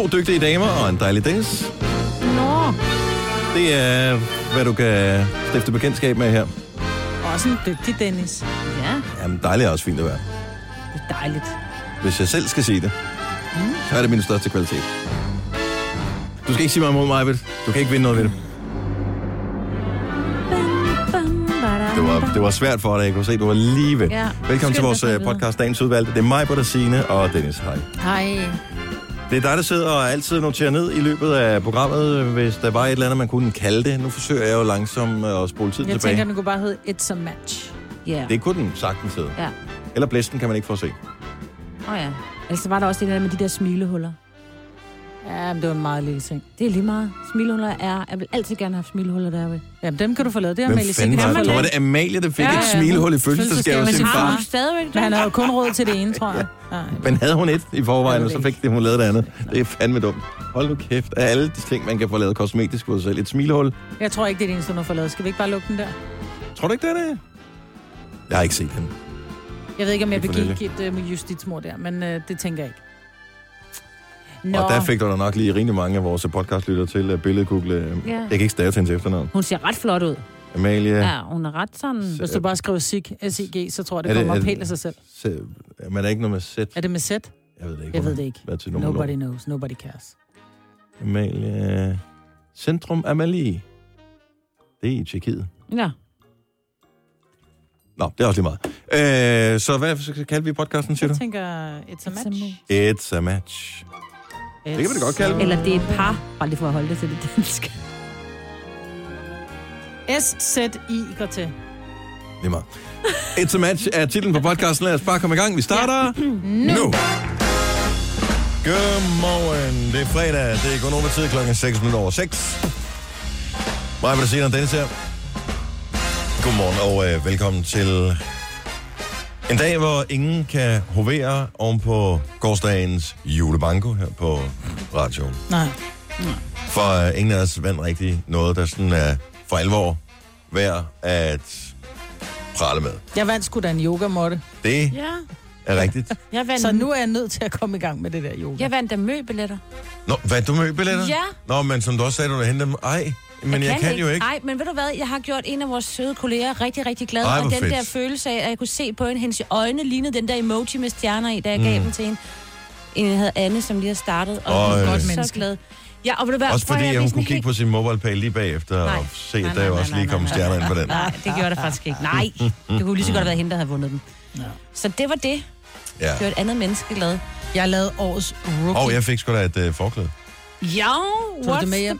To dygtige damer og en dejlig Dennis. Nå. Det er, hvad du kan stifte bekendtskab med her. Også en dygtig Dennis. Ja, Jamen, dejligt er også fint at være. det er dejligt. Hvis jeg selv skal sige det, så er det min største kvalitet. Du skal ikke sige mig imod mig, du kan ikke vinde noget ved det. Det var svært for dig, jeg kunne se, du var lige ved. Ja. Velkommen til vores Skynd dig podcast, Dagens Udvalgte. Det er mig, Britta, Signe og Dennis. Hej. Hej. Det er dig, der sidder og altid noterer ned i løbet af programmet, hvis der var et eller andet, man kunne kalde det. Nu forsøger jeg jo langsomt at spole tiden Jeg tilbage. tænker, den kunne bare hedde It's a Match. Ja. Det kunne den sagtens hedde. Ja. Eller blæsten kan man ikke få at se. Ja. Altså var der også det der med de der smilehuller. Ja, men det var en meget lille ting. Det er lige meget. Smilehuller er... Jeg vil altid gerne have smilehuller derude. Jamen, dem kan du få lavet. Det er Hvem Amalie fanden Sigge. var det? Var det Amalie, der fik et smilehul i fødselsdagsgave af sin Har far? hun stadigvæk? Men han havde jo kun råd til det ene, tror jeg. Nej. Men havde hun et i forvejen, og så Jeg ved fik det, hun lavede det andet. Det er fandme dumt. Hold nu kæft. Af alle de ting, man kan få lavet kosmetisk på sig selv. Et smilehul. Jeg tror ikke, det er det eneste, hun har fået lavet. Skal vi ikke bare lukke den der? Tror du ikke, det er det? Jeg har ikke set den. Jeg ved ikke, om jeg Det er begik et justitsmord der, men det tænker jeg ikke. Nå. Og der fik du da nok lige rimelig mange af vores podcastlyttere til at billedgoogle. Ja. Jeg kan ikke stave til hendes efternavn. Hun ser ret flot ud. Amalie. Ja, hun er ret sådan... Hvis du bare skriver SIG, så tror jeg, Er det det- kommer er op det- helt af sig selv. Men er der ikke noget med sæt? Er det med Z? Jeg ved det ikke. Jeg ved det ikke. Hvad til Nobody knows. Nobody cares. Amalie. Centrum Amalie. Det er i Tjekkiet. Ja. Nå, det er også lige meget. Så hvad kalder vi podcasten, siger Jeg du? tænker, It's a Match. It's a match. Det kan vi da godt kalde det. Eller det er et par. Bare lige for at holde det til det danske. SZI går til. Lige meget. It's a match er titlen på podcasten. Lad os bare komme i gang. Vi starter nu. Godmorgen. Det er fredag. Det er gået over tid klokken 6:06. Mig vil sige, Dennis her. Godmorgen og velkommen til en dag, hvor ingen kan hovere oven på gårsdagens julebanko her på radioen. Nej. For ingen af os vandt rigtig noget, der sådan er for alvor værd at prale med. Jeg vandt sgu da en yogamåtte. Det Ja. er rigtigt. Jeg vandt, Så nu er jeg nødt til at komme i gang med det der yoga. jeg vandt da møbilletter. Nå, hvad du med billetter? Ja. Nå, men som du også sagde, du hente dem. Ej, men jeg kan jo ikke. Nej, men ved du hvad? Jeg har gjort en af vores søde kolleger rigtig, rigtig glad. Ej, Og hvor den fedt. der følelse af, at jeg kunne se på hende, hendes øjne lignede den der emoji med stjerner i, da jeg gav dem til hende. En jeg havde Anne, som lige har startet. Og hun var godt så menneske. glad. Ja, og ved du hvad? Også Prøv fordi at hun vise kunne en kigge helt- på sin MobilePay lige bagefter og se, at der jo også lige kom stjerner ind på den. Nej, det gjorde der faktisk ikke. Nej, det kunne lige så godt have været hende, der havde vundet den. Ja. Så det var det. Ja. Det var et andet menneske glad. Jeg lavede årets rookie. Og jeg fik sgu da et forklæde. Ja, Tog du det med hjem?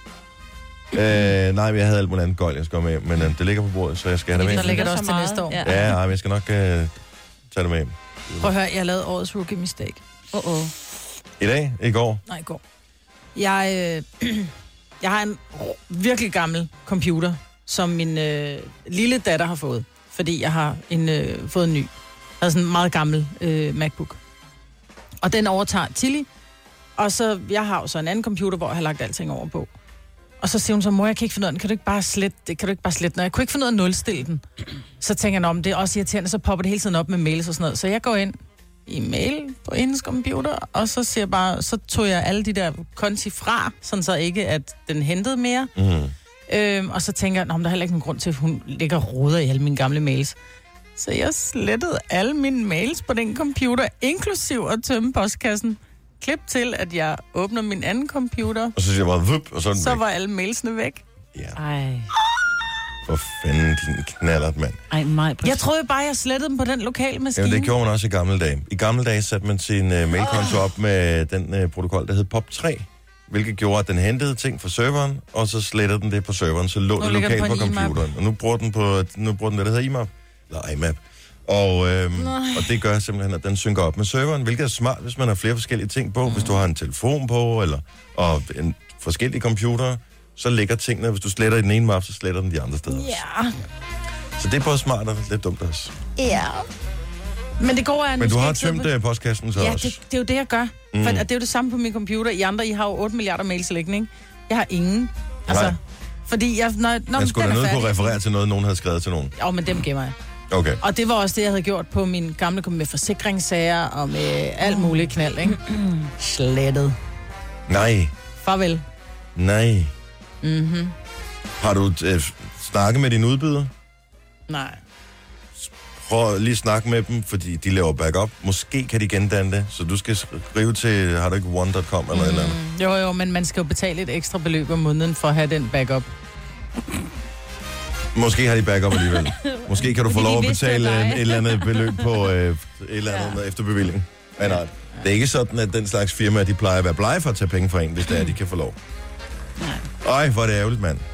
Nej, jeg havde alt muligt andet gøjl, jeg skal have med, men det ligger på bordet, så jeg skal have det Der med. ligger det også til næste år. Ja. Ja, jeg skal nok tage det med hjem. Prøv at høre, jeg lavede årets rookie mistake. I dag? I går? Nej, i går. Jeg har en virkelig gammel computer, som min lille datter har fået. Fordi jeg har fået en ny. Jeg har sådan en meget gammel MacBook. Og den overtager Tilly. Og så, jeg har jo så en anden computer, hvor jeg har lagt alting over på. Og så siger hun så, mor, jeg kan ikke finde ud af den. Kan du ikke bare slette den? Jeg kunne ikke finde ud af at nulstille den. Så tænker jeg, om det er også irriterende, så popper det hele tiden op med mails og sådan noget. Så jeg går ind i mail på hendes computer, og så siger jeg bare, så tog jeg alle de der konti fra, sådan så ikke, at den hentede mere. Og så tænker jeg, der er heller ikke nogen grund til, at hun ligger og roder i alle mine gamle mails. Så jeg slettede alle mine mails på den computer, inklusiv at tømme postkassen. Klip til, at jeg åbner min anden computer, Og så siger jeg bare, vup, og så er den så væk. var alle mailsene væk. Ja, Ej, for fanden, din knallert, mand. mig. Jeg troede bare, jeg slettede dem på den lokale maskine. Jamen, det gjorde man også i gamle dage. I gamle dage satte man sin mailkonto op med den protokol, der hed POP3, hvilket gjorde, at den hentede ting fra serveren, og så slettede den det på serveren, så lå Nu det ligger den lokalt på på en computeren. Og nu bruger den det, der hedder IMAP, eller IMAP. Og det gør simpelthen, at den synker op med serveren, hvilket er smart, hvis man har flere forskellige ting på. Hvis du har en telefon på, og en forskellige computer, så ligger tingene, hvis du sletter i den ene map, så sletter den de andre steder også. Ja. Så det er både smart og lidt dumt også. Ja. Men det går, at Men du har tømt postkassen så Ja, også. det er jo det, jeg gør. For det er jo det samme på min computer. I andre, I har jo 8 milliarder mails liggende, ikke? Jeg har ingen. Altså, Nej. fordi jeg... Man skulle da nødt på at referere til noget, nogen havde skrevet til nogen. Jo, men dem gemmer jeg. Okay. Og det var også det, jeg havde gjort på min gamle med forsikringssager og med alt muligt knald, ikke? Slettet. Nej. Farvel. Nej. Mhm. Har du snakket med din udbyder? Nej. Prøv lige at snakke med dem, fordi de laver backup. Måske kan de gendanne det, så du skal skrive til, har du ikke one.com eller et eller andet? Jo, men man skal jo betale et ekstra beløb om måneden for at have den backup. Måske har de backup alligevel. Måske kan du få Fordi lov at de vidste, betale det var dig. et eller andet beløb på et eller andet efterbevilling. Ja, nej. Det er ikke sådan, at den slags firmaer, de plejer at være blege for at tage penge fra en, hvis det er, de kan få lov. Ej, hvor er det ærgerligt, mand.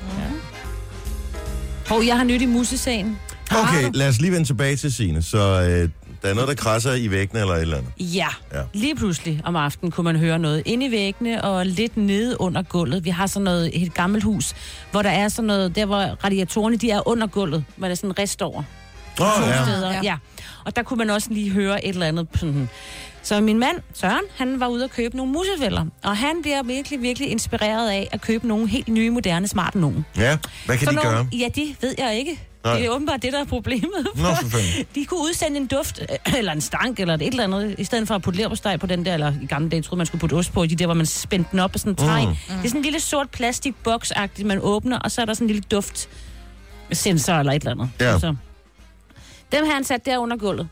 Jeg har nyt i musesagen. Okay, lad os lige vende tilbage til Signe. Så der er noget, der krasser i væggene eller et eller andet. Ja, Ja. lige pludselig om aftenen kunne man høre noget inde i væggene og lidt nede under gulvet. Vi har sådan noget, et gammelt hus, hvor der er sådan noget, der hvor radiatorerne, de er under gulvet, hvor der er sådan en rest over. Ja. Steder. Ja. Og der kunne man også lige høre et eller andet. Så min mand, Søren, han var ude at købe nogle musefælder, og han bliver virkelig, virkelig inspireret af at købe nogle helt nye, moderne, smarte nogen. Ja, hvad kan de gøre? Ja, det ved jeg ikke. Nej. Det er åbenbart det, der er problemet. Nå, for fanden. De kunne udsende en duft, eller en stank, eller et eller andet, i stedet for at putte leverpostej på den der, eller i gamle dage troede man skulle putte ost på, i de der, hvor man spændte den op af sådan en træ. Det er sådan en lille sort plastikboks-agtigt, man åbner, og så er der sådan en lille duftsensor, eller et eller andet. Ja. Så. Dem har han sat der under gulvet.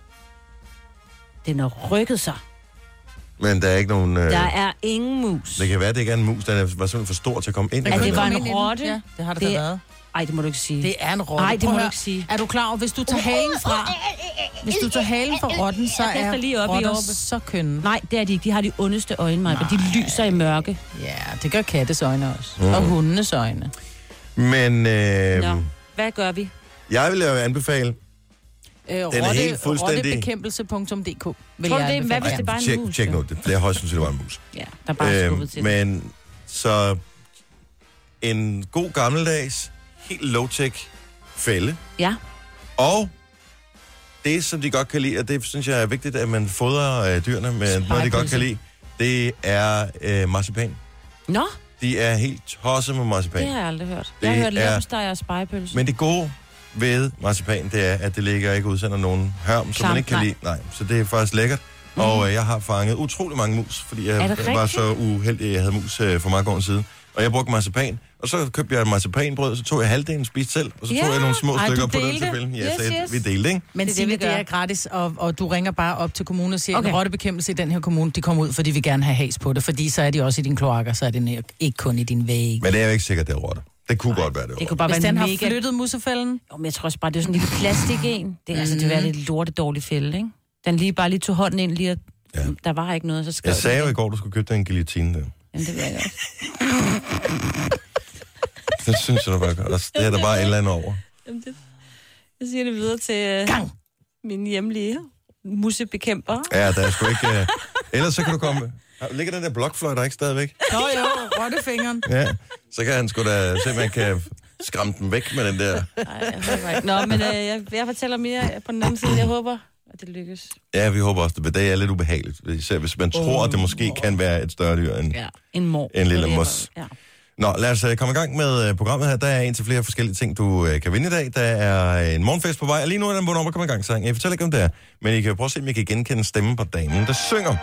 Den har rykket sig. Men der er ikke nogen... Der er ingen mus. Det kan være, det ikke er en mus, der var simpelthen for stor til at komme ind. Ja, det var Kom en ind i den. rotte. Ja, det har det da været. Ej, det må du ikke sige. Det er en rotte. Nej, det Prøv må at du høre. ikke sige. Er du klar over, hvis du tager halen fra... Hvis du tager halen fra rotten, så Jeg kaster er lige op i rotter oppe. så kønne. Nej, det er de ikke. De har de ondeste øjne, Maja, de lyser i mørke. Ja, det gør kattes øjne også. Og hundenes øjne. Men Nå, hvad gør vi? jeg vil jo anbefale... Den er helt fuldstændig... Rottebekæmpelse.dk Tror du det? Hvad hvis det bare er en mus? Tjek nu, det er højst sandsynligt, det var en mus. Ja, der er bare skubbet til. Men så en god gammeldags, helt low-tech fælde. Ja. Og det, som de godt kan lide, og det synes jeg er vigtigt, at man fodrer dyrene med noget, de godt kan lide, det er marcipan. Nå, De er helt tosset med marcipan. det har jeg aldrig hørt. Det Jeg har hørt er- leverpostej og spegepølse. Men det gode ved marcipan, det er, at det ligger ikke udsender nogen hørm, som Klam, man ikke kan nej. lide. Nej, så det er faktisk lækkert. Og jeg har fanget utrolig mange mus, fordi Er jeg det var rigtigt? så uheldig, at jeg havde mus for mange år siden. Og jeg brugte marcipan, og så købte jeg et marcipanbrød, så tog jeg halvdelen og spiste selv, og så tog Ja. jeg nogle små Ej, stykker du på den delte? tilfælde. Yes, så yes. vi delte, ikke? Men Det er Signe, det, vi det gør. er gratis, og du ringer bare op til kommunen og siger, Okay. en rottebekæmpelse i den her kommune, de kommer ud, fordi vi gerne have has på det, fordi så er de også i din kloakker, så er det ikke kun i din væg. Men det er jo ikke sikkert, det er rotter. Det kunne godt være, det Det var. kunne bare Hvis være den en har mega... flyttet musefælden, Jo, men jeg tror også bare, det er sådan en lille plastik en. Det er altså, det var lidt lorte dårlig fælde, ikke? Den lige tog hånden ind lige, og Ja. der var ikke noget, så skrev Jeg sagde den jo i det. går, du skulle købe dig en guillotine der. Jamen, det ved jeg også. Det synes jeg, du bare gør. Det er der bare et eller andet over. Jamen, jeg siger det videre til min hjemlige musebekæmper. Ja, der er sgu ikke... Ellers så kan du komme... Ligger den der blokfløj der ikke stadigvæk? jo, rottefingeren. Ja, så kan han sgu da se, om man kan skræmme den væk med den der. Nej, jeg håber ikke. Nå, men jeg fortæller mere på den anden side. Jeg håber, at det lykkes. Ja, vi håber også, det er lidt ubehageligt. Især hvis man tror, at det måske kan være et større dyr end Ja, en mor. en lille mus. Ja. Nå, lad os komme i gang med programmet her. Der er en til flere forskellige ting, du kan vinde i dag. Der er en morgenfest på vej, og lige nu er den vundet op og komme i gang sang. Jeg fortæller ikke, om det er, men I kan jo prøve at se, om I kan genkende stemmen på damen, der synger.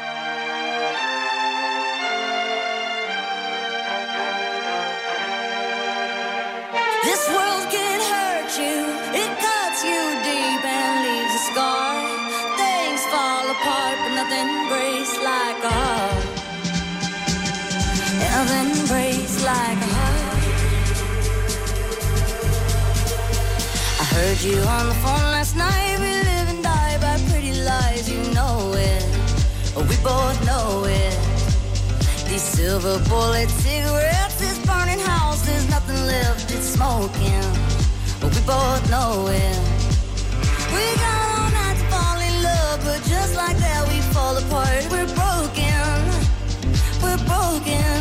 This world can hurt you, it cuts you deep and leaves a scar. Things fall apart, but nothing breaks like a heart. Nothing breaks like a heart. I heard you on the phone last night. We live and die by pretty lies, you know it. We both know it. These silver bullet cigarettes, this burning house, there's nothing left, it's smoking. But we both know it. We got all night to fall in love, but just like that we fall apart. We're broken, we're broken.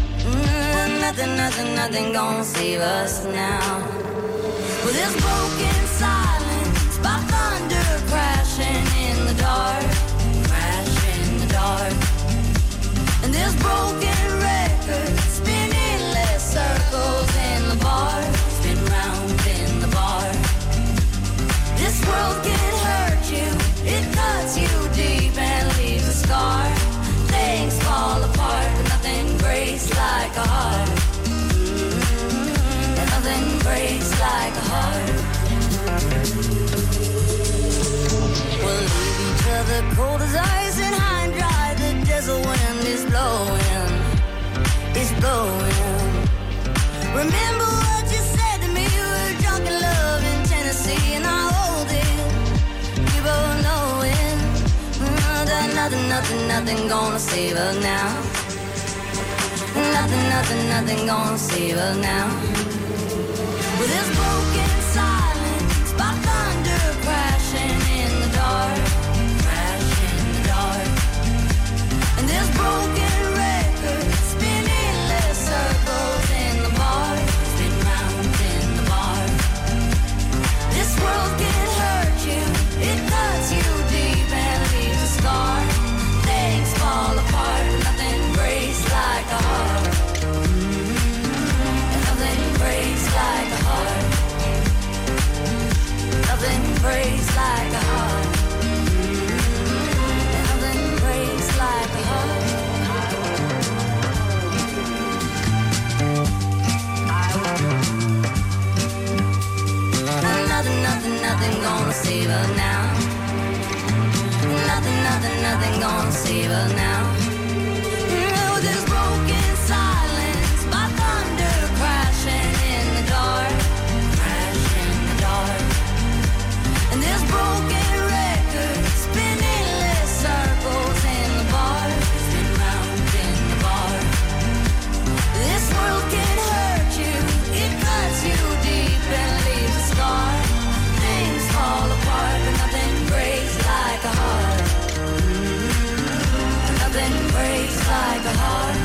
Nothing gonna save us now. Well, this broken silence by thunder crashing in the dark, crashing in the dark. And this broken record spinning less circles in the bar, spin round in the bar. This world can hurt you, it cuts you deep and leaves a scar. Things fall apart, but nothing like a heart. We'll leave each other cold as ice and high and dry. The desert wind is blowing, it's blowing. Remember what you said to me, we were drunk in love in Tennessee, and I hold it, we both know it, that nothing gonna save us now. Nothing gonna save us now. With this broken silence, by thunder crashing in the dark, crashing in the dark. And this broken record spinning endless circles in the bar, spin round in the bar. This world can hurt you, it cuts you deep and leaves a scar. Things fall apart, but nothing breaks like a heart. Nothing breaks like a heart. Nothing breaks like a heart. Nothing breaks like a heart. Nothing gonna save us now. Nothing gonna save us now. With this broken silence, by thunder crashing in the dark, crashing in the dark. And this broken record spinning endless circles in the bar, spin round in the bar. This world can hurt you, it cuts you deep and leaves a scar. Things fall apart, but nothing breaks like a heart. Nothing breaks like a heart.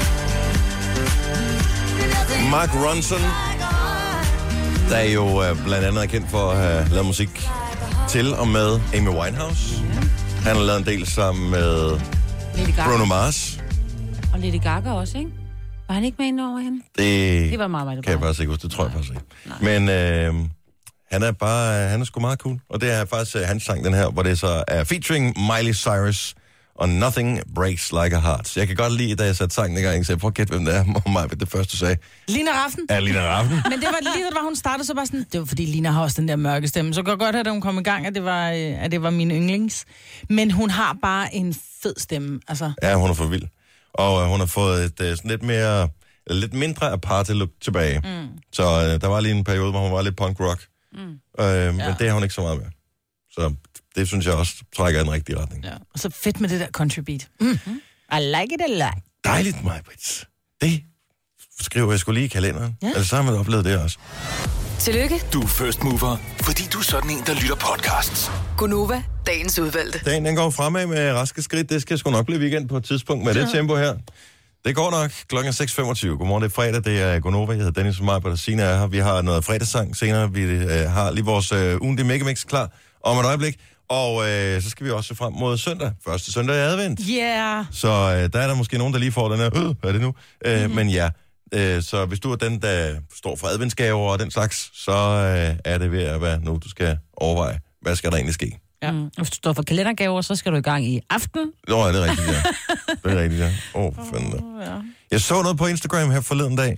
Mark Ronson, der er jo blandt andet kendt for at have lavet musik til og med Amy Winehouse. Han har lavet en del sammen med Bruno Mars. Og Lady Gaga også, ikke? Var han ikke med ind over hende? Det var meget kan jeg faktisk ikke huske, det tror jeg faktisk ikke. Men han er sgu meget cool. Og det er faktisk hans sang, den her, hvor det så er featuring Miley Cyrus og Nothing Breaks Like a Heart. Så jeg kan godt lide, da jeg satte sangen i gang, så jeg prøver at gætte, hvem det er. Mig, det første, du sagde. Lina Rafn. Ja, Lina Rafn. Men det var lige, da hun startede, så var sådan, det var fordi Lina har også den der mørke stemme. Så godt have, da hun kom i gang, at det var min yndlings. Men hun har bare en fed stemme, altså. Ja, hun er for vild. Og hun har fået et sådan lidt mindre aparte look tilbage. Så der var lige en periode, hvor hun var lidt punk rock. Men det har hun ikke så meget med. Så det synes jeg også trækker i den rigtige retning. Ja. Og så fedt med det der country beat. I like it a lot. Dejligt, Maj-Brit. Det skriver jeg sgu lige i kalenderen. Ja. Altså, så har man oplevet det også. Tillykke. Du er first mover, fordi du er sådan en, der lytter podcasts. Gunova, dagens udvalgte. Dagen den går fremad med raske skridt. Det skal sgu nok blive weekend på et tidspunkt med det tempo her. Det går nok. Klokken 6.25. Godmorgen, det er fredag. Det er Gunova. Jeg hedder Dennis og Maj-Brit og Signe er her. Vi har noget fredagssang senere. Vi har lige vores ugentlige megamix klar om et øjeblik. Og så skal vi også se frem mod søndag. Første søndag i advent. Yeah. Så der er der måske nogen, der lige får den her, hvad er det nu? Men ja, så hvis du er den, der står for adventsgaver og den slags, så er det ved at være nu, du skal overveje, hvad skal der egentlig ske? Ja. Hvis du står for kalendergaver, så skal du i gang i aften. Nå, ja, det er rigtigt, ja. Det er rigtigt, ja. Fanden. Ja. Jeg så noget på Instagram her forleden dag,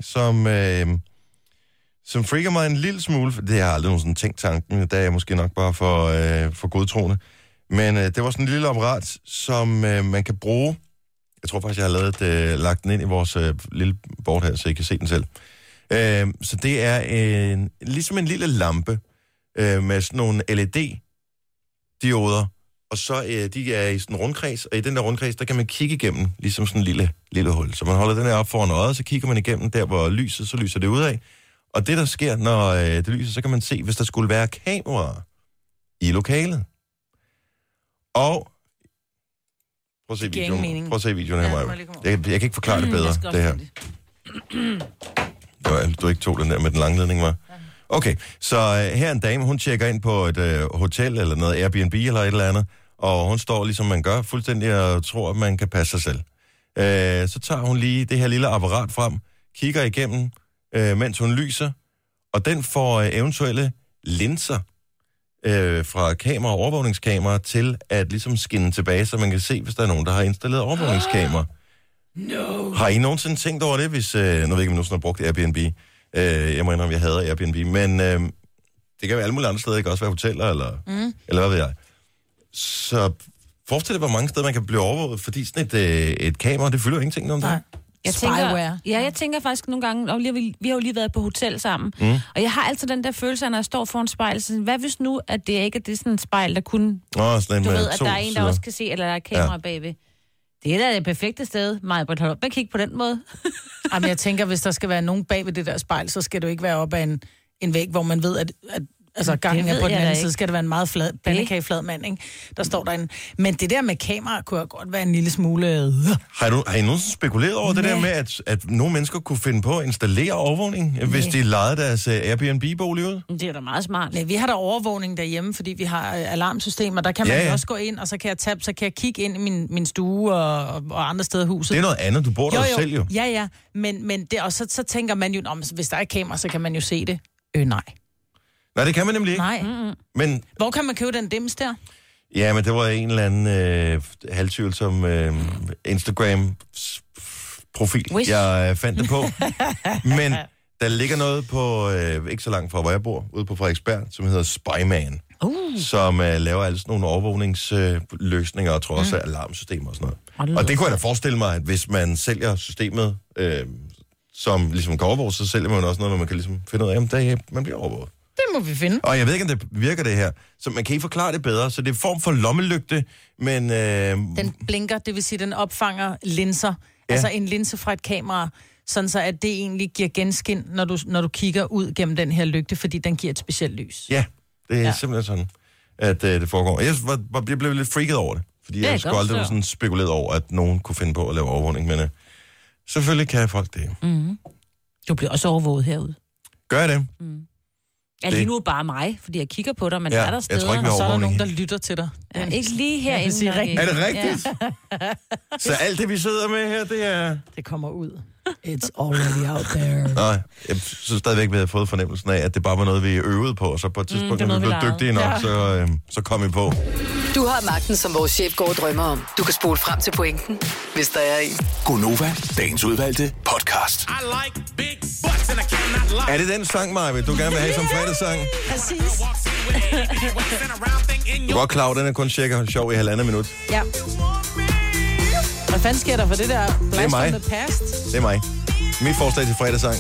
som freaker mig en lille smule. Det har jeg aldrig nogensinde tænkt tanken. Der er jeg måske nok bare for godtroende. Men det var sådan en lille apparat, som man kan bruge. Jeg tror faktisk, jeg har lagt den ind i vores lille board her, så I kan se den selv. Så det er ligesom en lille lampe med sådan nogle LED-dioder. Og så de er i sådan en rundkreds, og i den der rundkreds, der kan man kigge igennem, ligesom sådan en lille hul. Så man holder den her op foran øjet, så kigger man igennem der, hvor lyset, så lyser det ud af. Og det, der sker, når det lyser, så kan man se, hvis der skulle være kameraer i lokalet. Og prøv at se videoen. Prøv at se videoen her, Maja. Jeg kan ikke forklare det bedre, det her. Du ikke tog den der med den lange ledning, var? Okay, så her er en dame, hun tjekker ind på et hotel eller noget Airbnb eller et eller andet, og hun står ligesom man gør, fuldstændig og tror, at man kan passe sig selv. Så tager hun lige det her lille apparat frem, kigger igennem, mens hun lyser, og den får eventuelle linser fra kamera, overvågningskamera, til at ligesom skinne tilbage, så man kan se, hvis der er nogen, der har installeret overvågningskamera. No. Har I nogensinde tænkt over det, hvis... nu ved jeg ikke, om jeg nogensinde har brugt Airbnb. Jeg må indrømme, jeg hader Airbnb, men det kan være alle mulige andre steder, det kan også være hoteller, eller hvad ved jeg. Så forestil dig, hvor mange steder man kan blive overvåget, fordi sådan et kamera, det fylder ingenting om det. Jeg tænker faktisk nogle gange, og vi har jo lige været på hotel sammen, og jeg har altid den der følelse, når jeg står foran spejl, så hvad hvis nu, at det ikke er det sådan et spejl, der kun, du ved, at der er en, der også kan se, eller der er kamera bagved. Det er da det perfekte sted, Maja, hold op med at kigge på den måde. Jamen, jeg tænker, hvis der skal være nogen bag ved det der spejl, så skal det jo ikke være op ad en væg, hvor man ved, at altså gangen er på den anden side, skal det være en meget flad, pandekageflad mand, ikke? Der står der en. Men det der med kamera kunne godt være en lille smule... Har I nogen spekuleret over det der med, at nogle mennesker kunne finde på at installere overvågning, hvis de lejede deres Airbnb-bolig ud? Det er da meget smart. Nej, vi har der overvågning derhjemme, fordi vi har alarmsystemer. Der kan man jo også gå ind, og så kan jeg kigge ind i min stue og andre steder i huset. Det er noget andet, du bor der selv jo. Ja, men det, og så tænker man jo, hvis der er kamera, så kan man jo se det. Nej. Nej, det kan man nemlig ikke. Nej. Men, hvor kan man købe den dims der? Ja, men det var en eller anden halvtvivlsom Instagram-profil, jeg fandt det på. Men der ligger noget på, ikke så langt fra, hvor jeg bor, ude på Frederiksberg, som hedder Spyman. Som laver altså nogle overvågningsløsninger, og tror også alarmsystemer og sådan noget. Og det kunne jeg da forestille mig, at hvis man sælger systemet, som ligesom kan overvåge, så sælger man også noget, hvor man kan ligesom finde ud af, at man bliver overvåget. Det må vi finde. Og jeg ved ikke, om det virker det her. Så man kan ikke forklare det bedre. Så det er en form for lommelygte, men... Den blinker, det vil sige, den opfanger linser. Ja. Altså en linse fra et kamera, sådan så at det egentlig giver genskin, når du kigger ud gennem den her lygte, fordi den giver et specielt lys. Ja, det er simpelthen sådan, at det foregår. Jeg blev lidt freaket over det, fordi jeg skulle aldrig sådan spekuleret over, at nogen kunne finde på at lave overvågning, men selvfølgelig kan folk det. Mm-hmm. Du bliver også overvåget herude. Gør jeg det? Ja, lige nu bare mig, fordi jeg kigger på dig, men er der steder, og så er der nogen, der lytter til dig. Ja, ikke lige herinde. Er det rigtigt? Ja. Så alt det, vi sidder med her, det er... Det kommer ud. It's already out there. Nej, jeg synes stadigvæk, vi havde fået fornemmelsen af, at det bare var noget, vi øvede på, og så på et tidspunkt, når vi blev dygtige nok, så kom vi på. Du har magten, som vores chef går og drømmer om. Du kan spole frem til pointen, hvis der er en. Gonova, dagens udvalgte podcast. Er det den sang, Maja, du gerne vil have som fredagssang? Præcis. Du er godt klar, den er kun cirka sjov i 1,5 minut. Ja. Hvad fanden sker der for det der Blast from the Past? Det er mig. Mit forslag til fredagssang.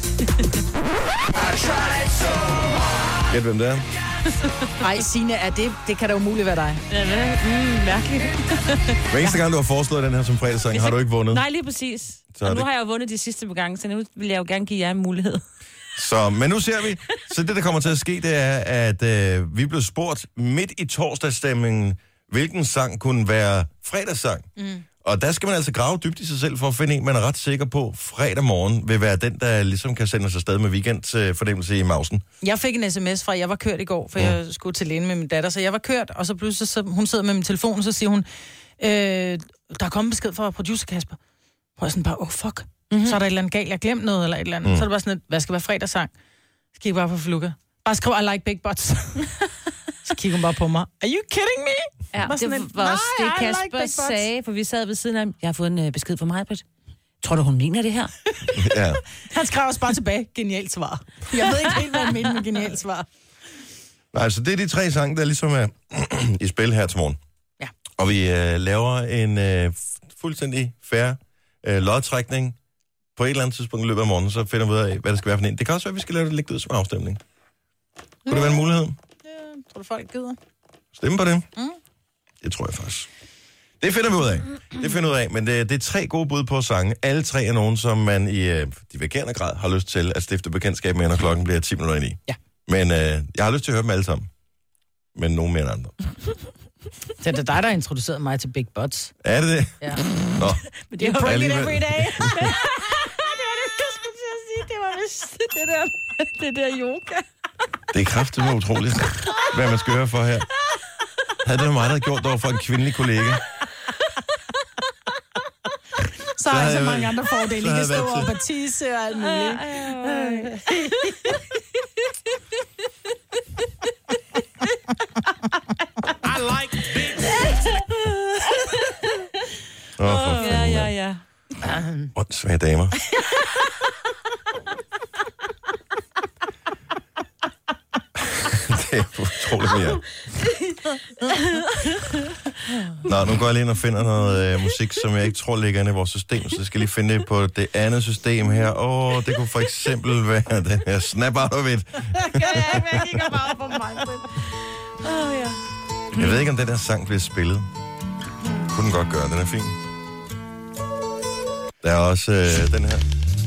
Gæt, hvem det er? Ej, Signe, det kan da umuligt være dig. Mærkeligt. Hver eneste gang, du har foreslået den her som fredagssang, har du ikke vundet. Nej, lige præcis. Og nu har jeg jo vundet de sidste par gange, så nu vil jeg jo gerne give jer en mulighed. Men nu ser vi. Så det, der kommer til at ske, det er, at vi blev spurgt midt i torsdagsstemningen, hvilken sang kunne være fredagssang. Og der skal man altså grave dybt i sig selv for at finde en, man er ret sikker på, fredag morgen vil være den, der ligesom kan sende os afsted med weekendfornemmelse i mausen. Jeg fik en sms fra, jeg var kørt i går, for jeg skulle til lægen med min datter, så jeg var kørt, og så pludselig, så hun sidder med min telefon, og så siger hun, der er kommet besked fra producer Kasper. Hvor jeg sådan bare, fuck. Så er der et eller andet galt, jeg glemt noget, eller et eller andet. Så er det bare sådan, hvad skal være fredagssang? Så kigger jeg bare på Fluga. Bare skriv, I like big butts. Så kigger hun bare på mig. Are you kidding me? Ja, det var også det, Kasper sagde, for vi sad ved siden af ham. Jeg har fået en besked fra mig, Britt. Tror du, hun mener det her? Ja. Han skrev også bare tilbage, genialt svar. Jeg ved ikke helt, hvad han mener med genialt svar. Nej, så det er de 3 sange, der ligesom er i spil her til morgen. Ja. Og vi laver en fuldstændig fair lodtrækning på et eller andet tidspunkt i løbet af morgenen, så finder vi ud af, hvad det skal være for en. Det kan også være, at vi skal lave det lægge ud som afstemning. Kunne det være en mulighed? Ja, tror du, folk gider? Stemme på det? Det tror jeg faktisk. Det finder vi ud af. Men det er 3 gode bud på sange. Alle 3 er nogen, som man i divergerende grad har lyst til at stifte bekendtskab med, når klokken bliver 10:09. Ja. Men jeg har lyst til at høre dem alle sammen. Men nogen mere end andre. Det er dig, der har introduceret mig til Big Butts. Er det det? Ja. Nå. Men det er jo bring it every day. Det var vist det der yoga. Det er kraftigt utroligt, hvad man skal høre for her. Havde det mig, der havde gjort det over for en kvindelig kollega? Så er der så mange andre fordele. I kan stå op og tisse og alt muligt. I like big Ja. Åndssvage damer. Det er utroligt mere. Nå, nu går jeg lige ind og finder noget musik, som jeg ikke tror ligger inde i vores system, så jeg skal lige finde det på det andet system her. Det kunne for eksempel være den her Snap Out of It. Jeg kigger bare på mig. Jeg ved ikke, om den her sang bliver spillet. Kunne den godt gøre, den er fin. Der er også den her.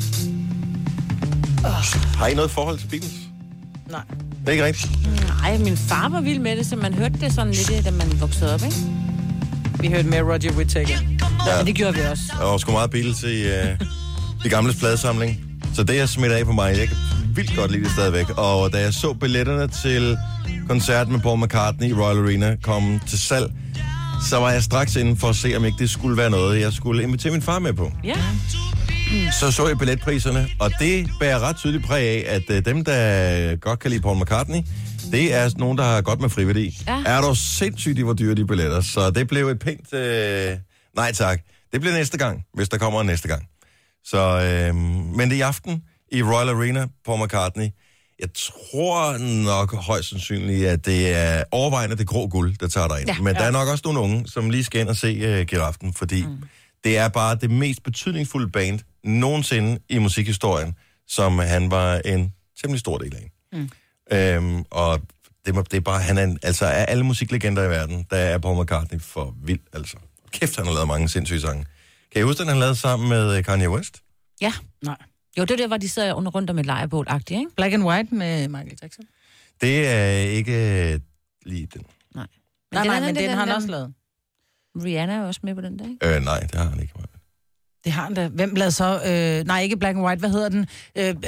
Har I noget forhold til Beatles? Nej. Det er ikke rigtigt? Nej, min far var vild med det, så man hørte det sådan lidt, da man voksede op, ikke? Vi hørte med Roger Whittaker. Ja, det gjorde vi også. Der var sgu meget Beatles i de gamle pladesamling. Så det er smidt af på mig. Jeg kan vildt godt lide det stadigvæk. Og da jeg så billetterne til koncerten med Paul McCartney i Royal Arena komme til salg, så var jeg straks inde for at se, om ikke det skulle være noget, jeg skulle invitere min far med på. Ja. Så jeg billetpriserne, og det bærer ret tydeligt præg af, at dem, der godt kan lide Paul McCartney, det er nogen, der har godt med friværdi. Ja. Er du sindssygt, hvor dyre de billetter? Så det blev et pænt nej tak. Det bliver næste gang, hvis der kommer en næste gang. Så, men det er i aften i Royal Arena, Paul McCartney. Jeg tror nok højst sandsynligt, at det er overvejende det grå guld, der tager dig ind. Ja, men der er nok også nogle unge, som lige skal ind og se Giraffen, fordi det er bare det mest betydningsfulde band nogensinde i musikhistorien, som han var en temmelig stor del af. Og det er bare, han er altså af alle musiklegender i verden, der er Paul McCartney for vild, altså. Kæft, han har lavet mange sindssyge sange. Kan I huske, at han lavede sammen med Kanye West? Ja. Nej. Jo, det er der, hvor de sidder rundt om et lejrebål-agtigt, ikke? Black and White med Michael Jackson. Det er ikke lige den. Nej. Men den har han også lavet. Rihanna er også med på den der, ikke? Nej, det har han ikke. Det har han da. Hvem lavede så? Nej, ikke Black and White. Hvad hedder den?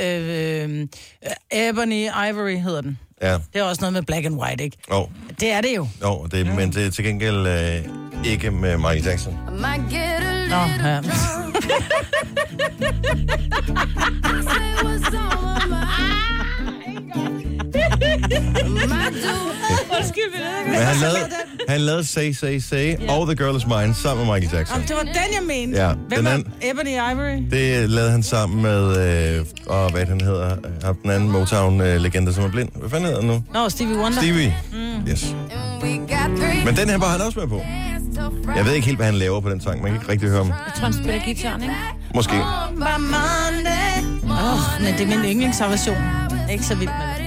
Ebony Ivory hedder den. Ja. Det er også noget med Black and White, ikke? Jo. Det er det jo. Jo, men det er til gengæld ikke med Michael Jackson. Nå, ja. Men han lavede Say, Say, Say og The Girl Is Mine sammen med Michael Jackson. Det var den, jeg mente. Ja, hvem er Ebony Ivory? Det lavede han sammen med, hvad han hedder, den anden Motown-legende, som er blind. Hvad fanden hedder han nu? Nå, Stevie Wonder. Stevie, yes. Men den her var han også med på. Jeg ved ikke helt, hvad han laver på den sang. Man kan ikke rigtig høre ham. Jeg tror, han spiller guitaren, ikke? Måske. Men det er min yndlingsversion. Ikke så vild med det.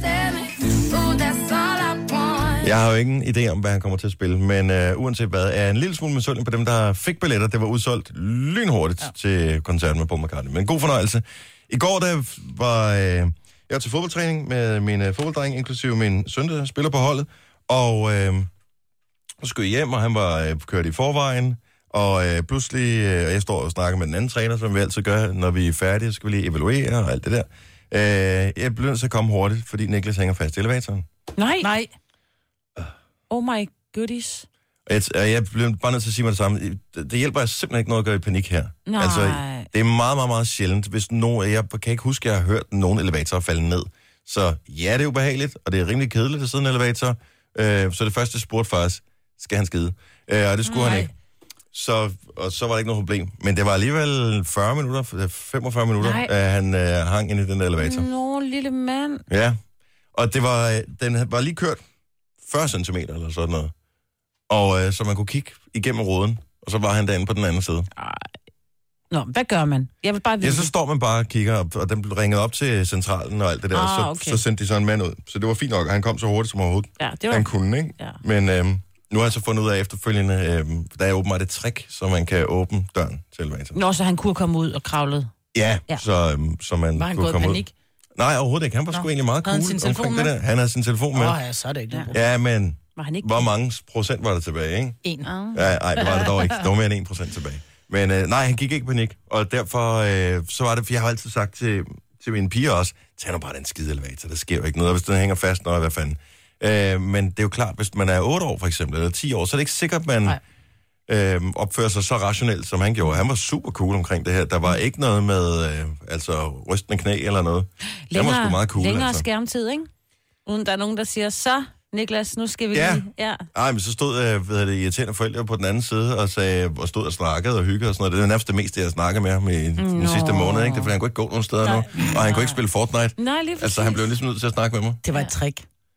Jeg har jo ingen idé om, hvad han kommer til at spille, men uanset hvad, er en lille smule misundelig på dem, der fik billetter. Det var udsolgt lynhurtigt til koncerten med Paul McCartney. Men god fornøjelse. I går, der var jeg var til fodboldtræning med mine fodbolddrenge, inklusive min søn, der spiller på holdet. Og så skulle jeg hjem, og han var kørt i forvejen. Og pludselig, jeg står og snakker med den anden træner, som vi altid gør, når vi er færdige, så skal vi lige evaluere og alt det der. Jeg blev nødt til at komme hurtigt, fordi Niklas hænger fast i elevatoren. Nej. Oh my goodies. Jeg blev bare nødt til at sige mig det samme. Det hjælper simpelthen ikke noget at gøre i panik her. Nej. Altså, det er meget, meget, meget sjældent. Hvis jeg kan ikke huske, at jeg har hørt nogen elevatorer falde ned. Så ja, det er ubehageligt, og det er rimelig kedeligt at sidde i en elevator. Så det første spurgte faktisk, skal han skide? Og det skulle han ikke. Så var der ikke noget problem. Men det var alligevel 45 minutter, at han hang ind i den elevator. Nå, lille mand. Ja, og den var lige kørt 40 cm eller sådan noget. Og så man kunne kigge igennem ruden, og så var han derinde på den anden side. Nå, hvad gør man? Jeg vil bare vide. Ja, så står man bare og kigger, og den blev ringet op til centralen og alt det der, så sendte de så en mand ud. Så det var fint nok, og han kom så hurtigt som overhovedet. Ja, det var... Han kunne, ikke? Ja. Men nu har jeg så fundet ud af efterfølgende, der er åbenbart et trick, så man kan åbne døren til elevatoren. Nå, så han kunne komme ud og kravlet. Ja. Så man var han kunne komme panik? Ud. Nej, overhovedet ikke. Han var sgu egentlig meget cool omkring det der. Han havde sin telefon med. Ja, så er det ikke. Ja, men var han ikke hvor mange procent var der tilbage, ikke? 1. Nej, det var det dog ikke. Det var mere end 1% tilbage. Men nej, han gik ikke i panik. Og derfor, så var det, for jeg har altid sagt til mine piger også, tag nu bare den skide elevator, der sker jo ikke noget, hvis den hænger fast, hvad fanden. Men det er jo klart, hvis man er 8 år for eksempel, eller 10 år, så er det ikke sikkert, at man opfører sig så rationelt, som han gjorde. Han var super cool omkring det her. Der var ikke noget med rystende knæ eller noget. Han var sgu meget cool. Længere skærmtid, ikke? Uden der er nogen, der siger, så Niklas, nu skal vi lige... Ja. Ej, men så stod irriterende forældre på den anden side og stod og snakkede og hyggede og sådan noget. Det er nærmest det meste, jeg snakkede med ham i den sidste måned, ikke? Det er, fordi han kunne ikke gå nogen steder nu. Og han kunne ikke spille Fortnite. Nej, lige præcis. Altså, han blev ligesom nødt til at snakke med mig. Det var et trick.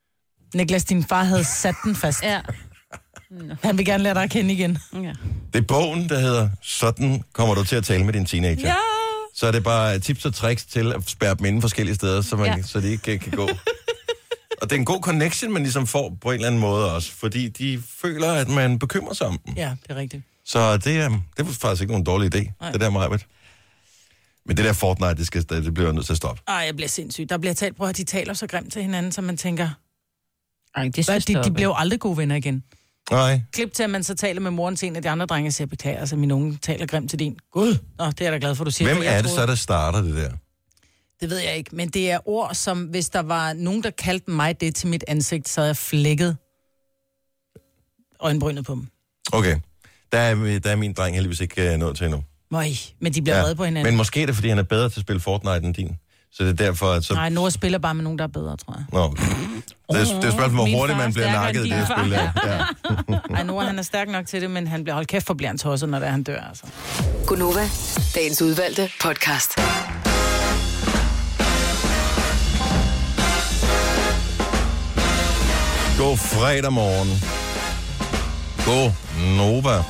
Niklas, din far havde sat den fast. Ja. Han vil gerne lære dig at kende igen. Ja. Det er bogen, der hedder Sådan kommer du til at tale med din teenager. Ja. Så er det bare tips og tricks til at spærre dem inde forskellige steder, så de ikke kan gå. Og det er en god connection, man ligesom får på en eller anden måde også, fordi de føler, at man bekymrer sig om dem. Ja, det er rigtigt. Så det er faktisk ikke nogen dårlig idé, det der Majbert. Men det der Fortnite, det bliver nødt til at stoppe. Ej, jeg bliver sindssyg. Der bliver talt, at de taler så grimt til hinanden, så man tænker, Ej, det skal de blev aldrig gode venner igen. Nej. Klip til, at man så taler med moren til en af de andre drenge, og siger, beklager, altså min unge taler grimt til din. Gud, det er jeg da glad for, du siger. Hvem er det så, der starter det der? Det ved jeg ikke, men det er ord, som hvis der var nogen, der kaldte mig det til mit ansigt, så havde jeg flækket øjenbrynet på dem. Okay. Der er min dreng heldigvis ikke nået til endnu. Men de bliver redde på hinanden. Men måske er det, fordi han er bedre til at spille Fortnite end din. Så det er derfor, at så... Nej, Nora spiller bare med nogen, der er bedre, tror jeg. Nå, okay. Det er spørgsmålet, hvor hurtigt man bliver nakket i det her spil. Ja. Ej, Nora, han er stærk nok til det, men han bliver holdt kæft for bliver han tosset, når han dør, altså. Gunova, dagens udvalgte podcast. God fredag morgen. God Nova.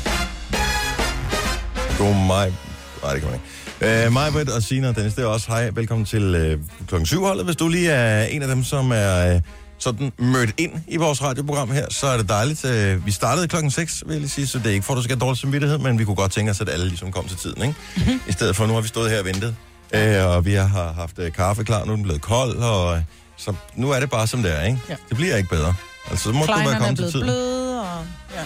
God Maj. Nej, det kan man ikke. Majbrit og Sina og Dennis, det er også. Hej, velkommen til klokken 7-holdet. Hvis du lige er en af dem, som er sådan mødt ind i vores radioprogram her, så er det dejligt. Vi startede klokken 6, vil jeg lige sige, så det er ikke for, at du skal have dårlig samvittighed, men vi kunne godt tænke os, at alle ligesom kom til tiden, ikke? Mm-hmm. I stedet for, nu har vi stået her og ventet, og vi har haft kaffe klar, nu er den blevet kold, og så nu er det bare som det er, ikke? Ja. Det bliver ikke bedre. Altså, så må du bare komme til tiden. Bløde, og... Ja.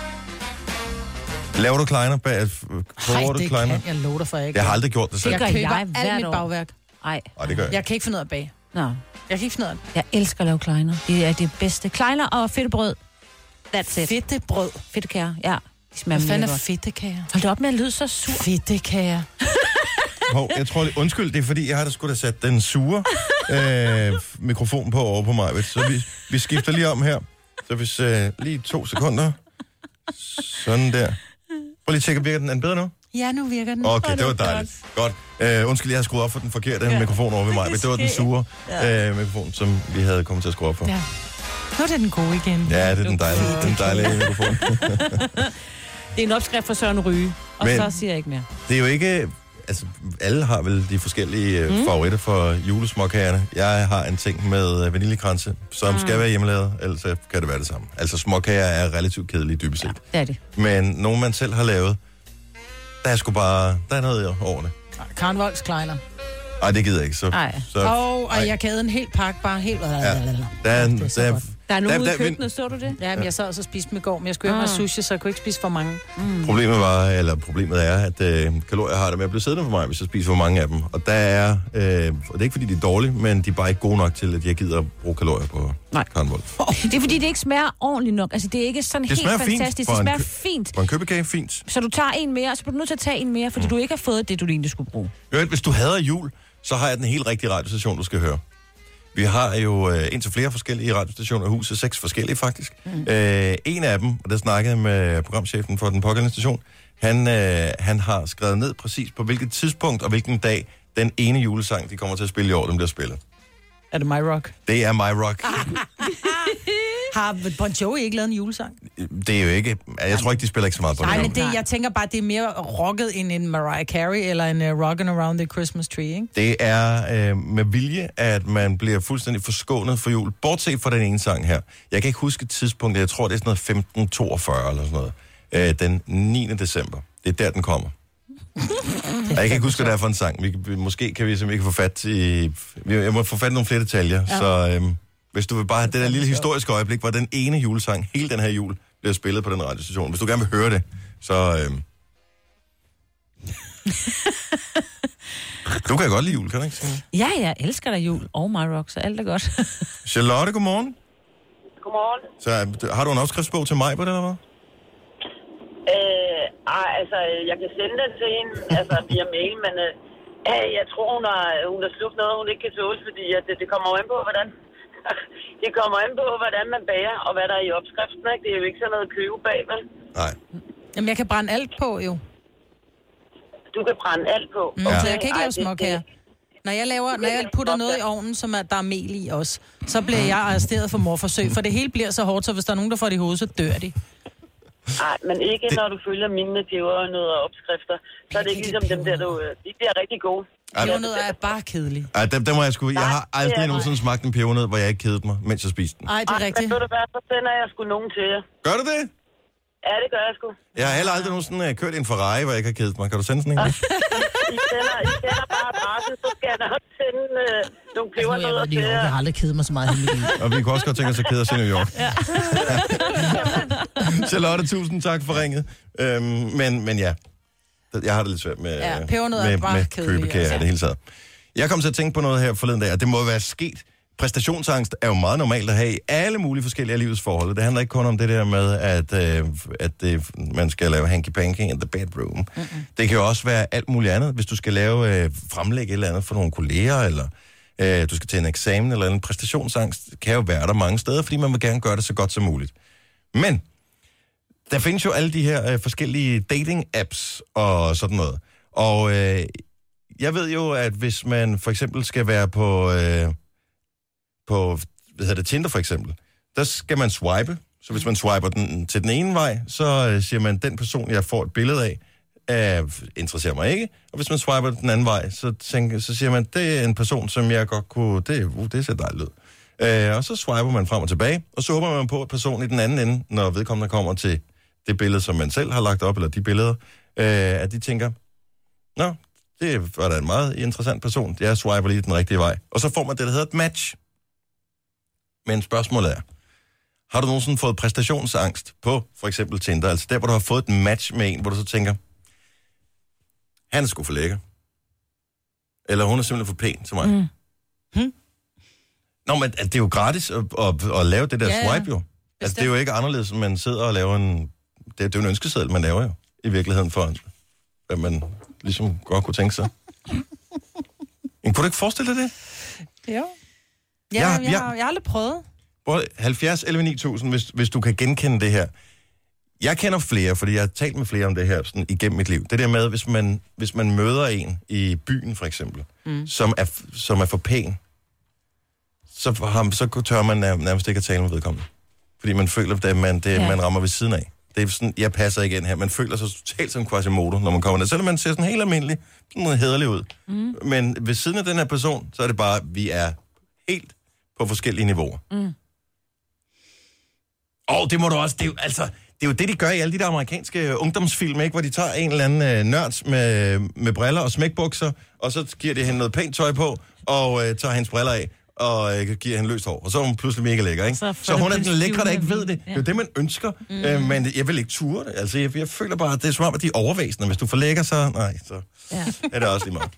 Laver du kleiner bag? Nej, det kan jeg love dig for, ikke. Jeg har aldrig gjort det selv. Jeg køber alt mit bagværk. Nej, det gør jeg. Jeg kan ikke finde ud af at bage. Nå. Jeg kan ikke finde ud af det. Jeg elsker at lave kleiner. Det er det bedste. Kleiner og fedtebrød. That's it. Fedtebrød? Fedtekager, ja. De smager Hvad fanden er fedtekager? Hold da op med at lyde så sur. Fedtekager. Jeg tror, undskyld, det er fordi, jeg har da sgu da sat den sure mikrofon på over på mig. Så vi skifter lige om her. Så hvis lige 2 sekunder. Sådan der. Prøv lige at tjekke, virker den? Er den bedre nu? Ja, nu virker den. Okay, det var dejligt. Godt. Undskyld, jeg har skruet op for den forkerte mikrofon over ved mig. Det var den sure mikrofon, som vi havde kommet til at skrue op for. Ja. Nu er det den gode igen. Ja, det er den dejlige mikrofon. Det er en opskrift for Søren Ryge, og men, så siger jeg ikke mere. Det er jo ikke... Altså, alle har vel de forskellige favoritter for julesmåkagerne. Jeg har en ting med vaniljekranse, som skal være hjemmelavet, ellers kan det være det samme. Altså, småkager er relativt kedelige, dybest set. Ja, det er det. Men nogen, man selv har lavet, der er noget over det. Karnevalds kleiner. Ej, det gider jeg ikke. Jeg kan æde en hel pakke, bare helt... Der er nogen ude i køkkenet, så du det? Ja, men jeg sad også og spiste med i går, men jeg skulle hjem og sushi, så jeg kunne ikke spise for mange. Problemet er, at kalorier har det med at blive siddende for mig, hvis jeg spiser for mange af dem. Og der er, og det er ikke fordi, de er dårlige, men de er bare ikke gode nok til, at jeg gider at bruge kalorier på karneval. Det er fordi, det ikke smager ordentligt nok. Altså, det er ikke sådan helt fantastisk. Det smager fint. På en købekage, fint. Så du tager en mere, og så bliver du nødt til at tage en mere, fordi du ikke har fået det, du egentlig skulle bruge. Hvis du hader jul, så har jeg den helt rigtige radiostation, du skal høre. Vi har jo indtil flere forskellige radiostationer i huset, 6 forskellige faktisk. En af dem, og der snakkede med programchefen for den pågældende station, han har skrevet ned præcis på hvilket tidspunkt og hvilken dag den ene julesang, de kommer til at spille i år, den bliver spillet. Er det My Rock? Det er My Rock. Har Bon Jovi ikke lavet en julesang? Det er jo ikke... Jeg tror ikke, de spiller ikke så meget på det. Nej, men jeg tænker bare, det er mere rocket end en Mariah Carey eller en Rockin' Around the Christmas Tree, ikke? Det er med vilje, at man bliver fuldstændig forskånet for jul. Bortset fra den ene sang her. Jeg kan ikke huske tidspunktet. Jeg tror, det er sådan noget 1542 eller sådan noget. Den 9. december. Det er der, den kommer. Jeg kan ikke huske, hvad det er for en sang. Måske kan vi simpelthen ikke få fat i... Jeg må få fat i nogle flere detaljer, så... Hvis du vil bare have det der lille historiske øjeblik, hvor den ene julesang, hele den her jul, bliver spillet på den radiostation. Hvis du gerne vil høre det, så... Du kan godt lide jul, kan du ikke? Ja, jeg elsker da jul og My Rock, så alt er godt. Charlotte, godmorgen. Godmorgen. Så har du en opskriftsbog til mig på det, eller hvad? Jeg kan sende den til hende, via mail, men jeg tror, hun har slugt noget, hun ikke kan tåle, fordi det kommer an på, hvordan... Det kommer an på, hvordan man bager, og hvad der er i opskriften, ikke? Det er jo ikke sådan noget købe bag, vel? Nej. Jamen, jeg kan brænde alt på, jo. Du kan brænde alt på. Så jeg kan ikke lave småkager. Når jeg putter noget i ovnen, som der er mel i også, så bliver jeg arresteret for mordforsøg, for det hele bliver så hårdt, så hvis der er nogen, der får det i hovedet, så dør de. Nej, men ikke når du følger mine pebernoder og opskrifter. Så er det ikke ligesom dem der, de bliver rigtig gode. Pebernødder er bare kedelige. Ej, dem må jeg sgu... Jeg har aldrig nogensinde smagt en pebernød, hvor jeg ikke kedede mig, mens jeg spiste den. Nej, det er rigtigt. Men ved du hvad, så sender jeg sgu nogen til jer. Gør du det? Ja, det gør jeg sgu. Jeg har heller aldrig nogensinde kørt i en Ferrari, hvor jeg ikke har kedet mig. Kan du sende sådan en? I sender bare adressen, så skal jeg nok sende nogle pebernødder til jer. Jeg har aldrig kedet mig så meget i mit liv. Og vi kunne også godt tænke os at kede os i New York. Ja. Charlotte, tusind tak for ringet. Men ja, jeg har det lidt svært med, med købekager i det hele taget. Jeg kom til at tænke på noget her forleden dag, og det må være sket. Præstationsangst er jo meget normalt at have i alle mulige forskellige af livets forhold. Det handler ikke kun om det der med, at man skal lave hanky-panky in the bedroom. Mm-hmm. Det kan jo også være alt muligt andet. Hvis du skal lave fremlæg et eller andet for nogle kolleger, eller du skal til en eksamen, eller en præstationsangst, kan jo være der mange steder, fordi man vil gerne gøre det så godt som muligt. Men der findes jo alle de her forskellige dating-apps og sådan noget. Og jeg ved jo, at hvis man for eksempel skal være på Tinder for eksempel, der skal man swipe. Så hvis man swiper den til den ene vej, så siger man, den person, jeg får et billede af, interesserer mig ikke. Og hvis man swiper den anden vej, så siger man, det er en person, som jeg godt kunne... Det ser dejligt ud. Og så swiper man frem og tilbage, og så håber man på, at personen i den anden ende, når vedkommende kommer til det billede, som man selv har lagt op, eller de billeder, at de tænker, nå, det var da en meget interessant person. Jeg swiper lige den rigtige vej. Og så får man det, der hedder et match. Men spørgsmålet er, har du nogensinde fået præstationsangst på for eksempel Tinder? Altså der, hvor du har fået et match med en, hvor du så tænker, han er sgu for lækker. Eller hun er simpelthen for pæn til mig. Nå, men det er jo gratis at lave det der swipe jo. Altså det er jo ikke anderledes, end man sidder og laver en... Det er jo en ønskeseddel, man laver jo. I virkeligheden for, hvad man ligesom godt kunne tænke sig. Men kunne du ikke forestille dig det? Jo. Jeg har aldrig prøvet. 70 11 9000, hvis du kan genkende det her. Jeg kender flere, fordi jeg har talt med flere om det her sådan, igennem mit liv. Det der med, hvis man møder en i byen for eksempel, som er for pæn, så tør man nærmest ikke at tale med vedkommende. Fordi man føler, at man rammer ved siden af. Det er sådan, jeg passer ikke ind her. Man føler sig totalt som Quasimodo, når man kommer ned. Selvom man ser sådan helt almindelig, sådan hæderlig ud. Men ved siden af den her person, så er det bare, vi er helt på forskellige niveauer. Og det må du også, det er jo det, de gør i alle de der amerikanske ungdomsfilm, ikke? Hvor de tager en eller anden nørd med briller og smækbukser, og så giver de hende noget pænt tøj på, og tager hendes briller af, og giver hende løst hår. Og så er hun pludselig mega lækker, ikke? Så hun er den lækre, der ikke ved det. Det er jo det, man ønsker, men jeg vil ikke ture det. Altså, jeg føler bare, at det er som om, at de er overvæsende. Hvis du får lækker, så er det også lige meget.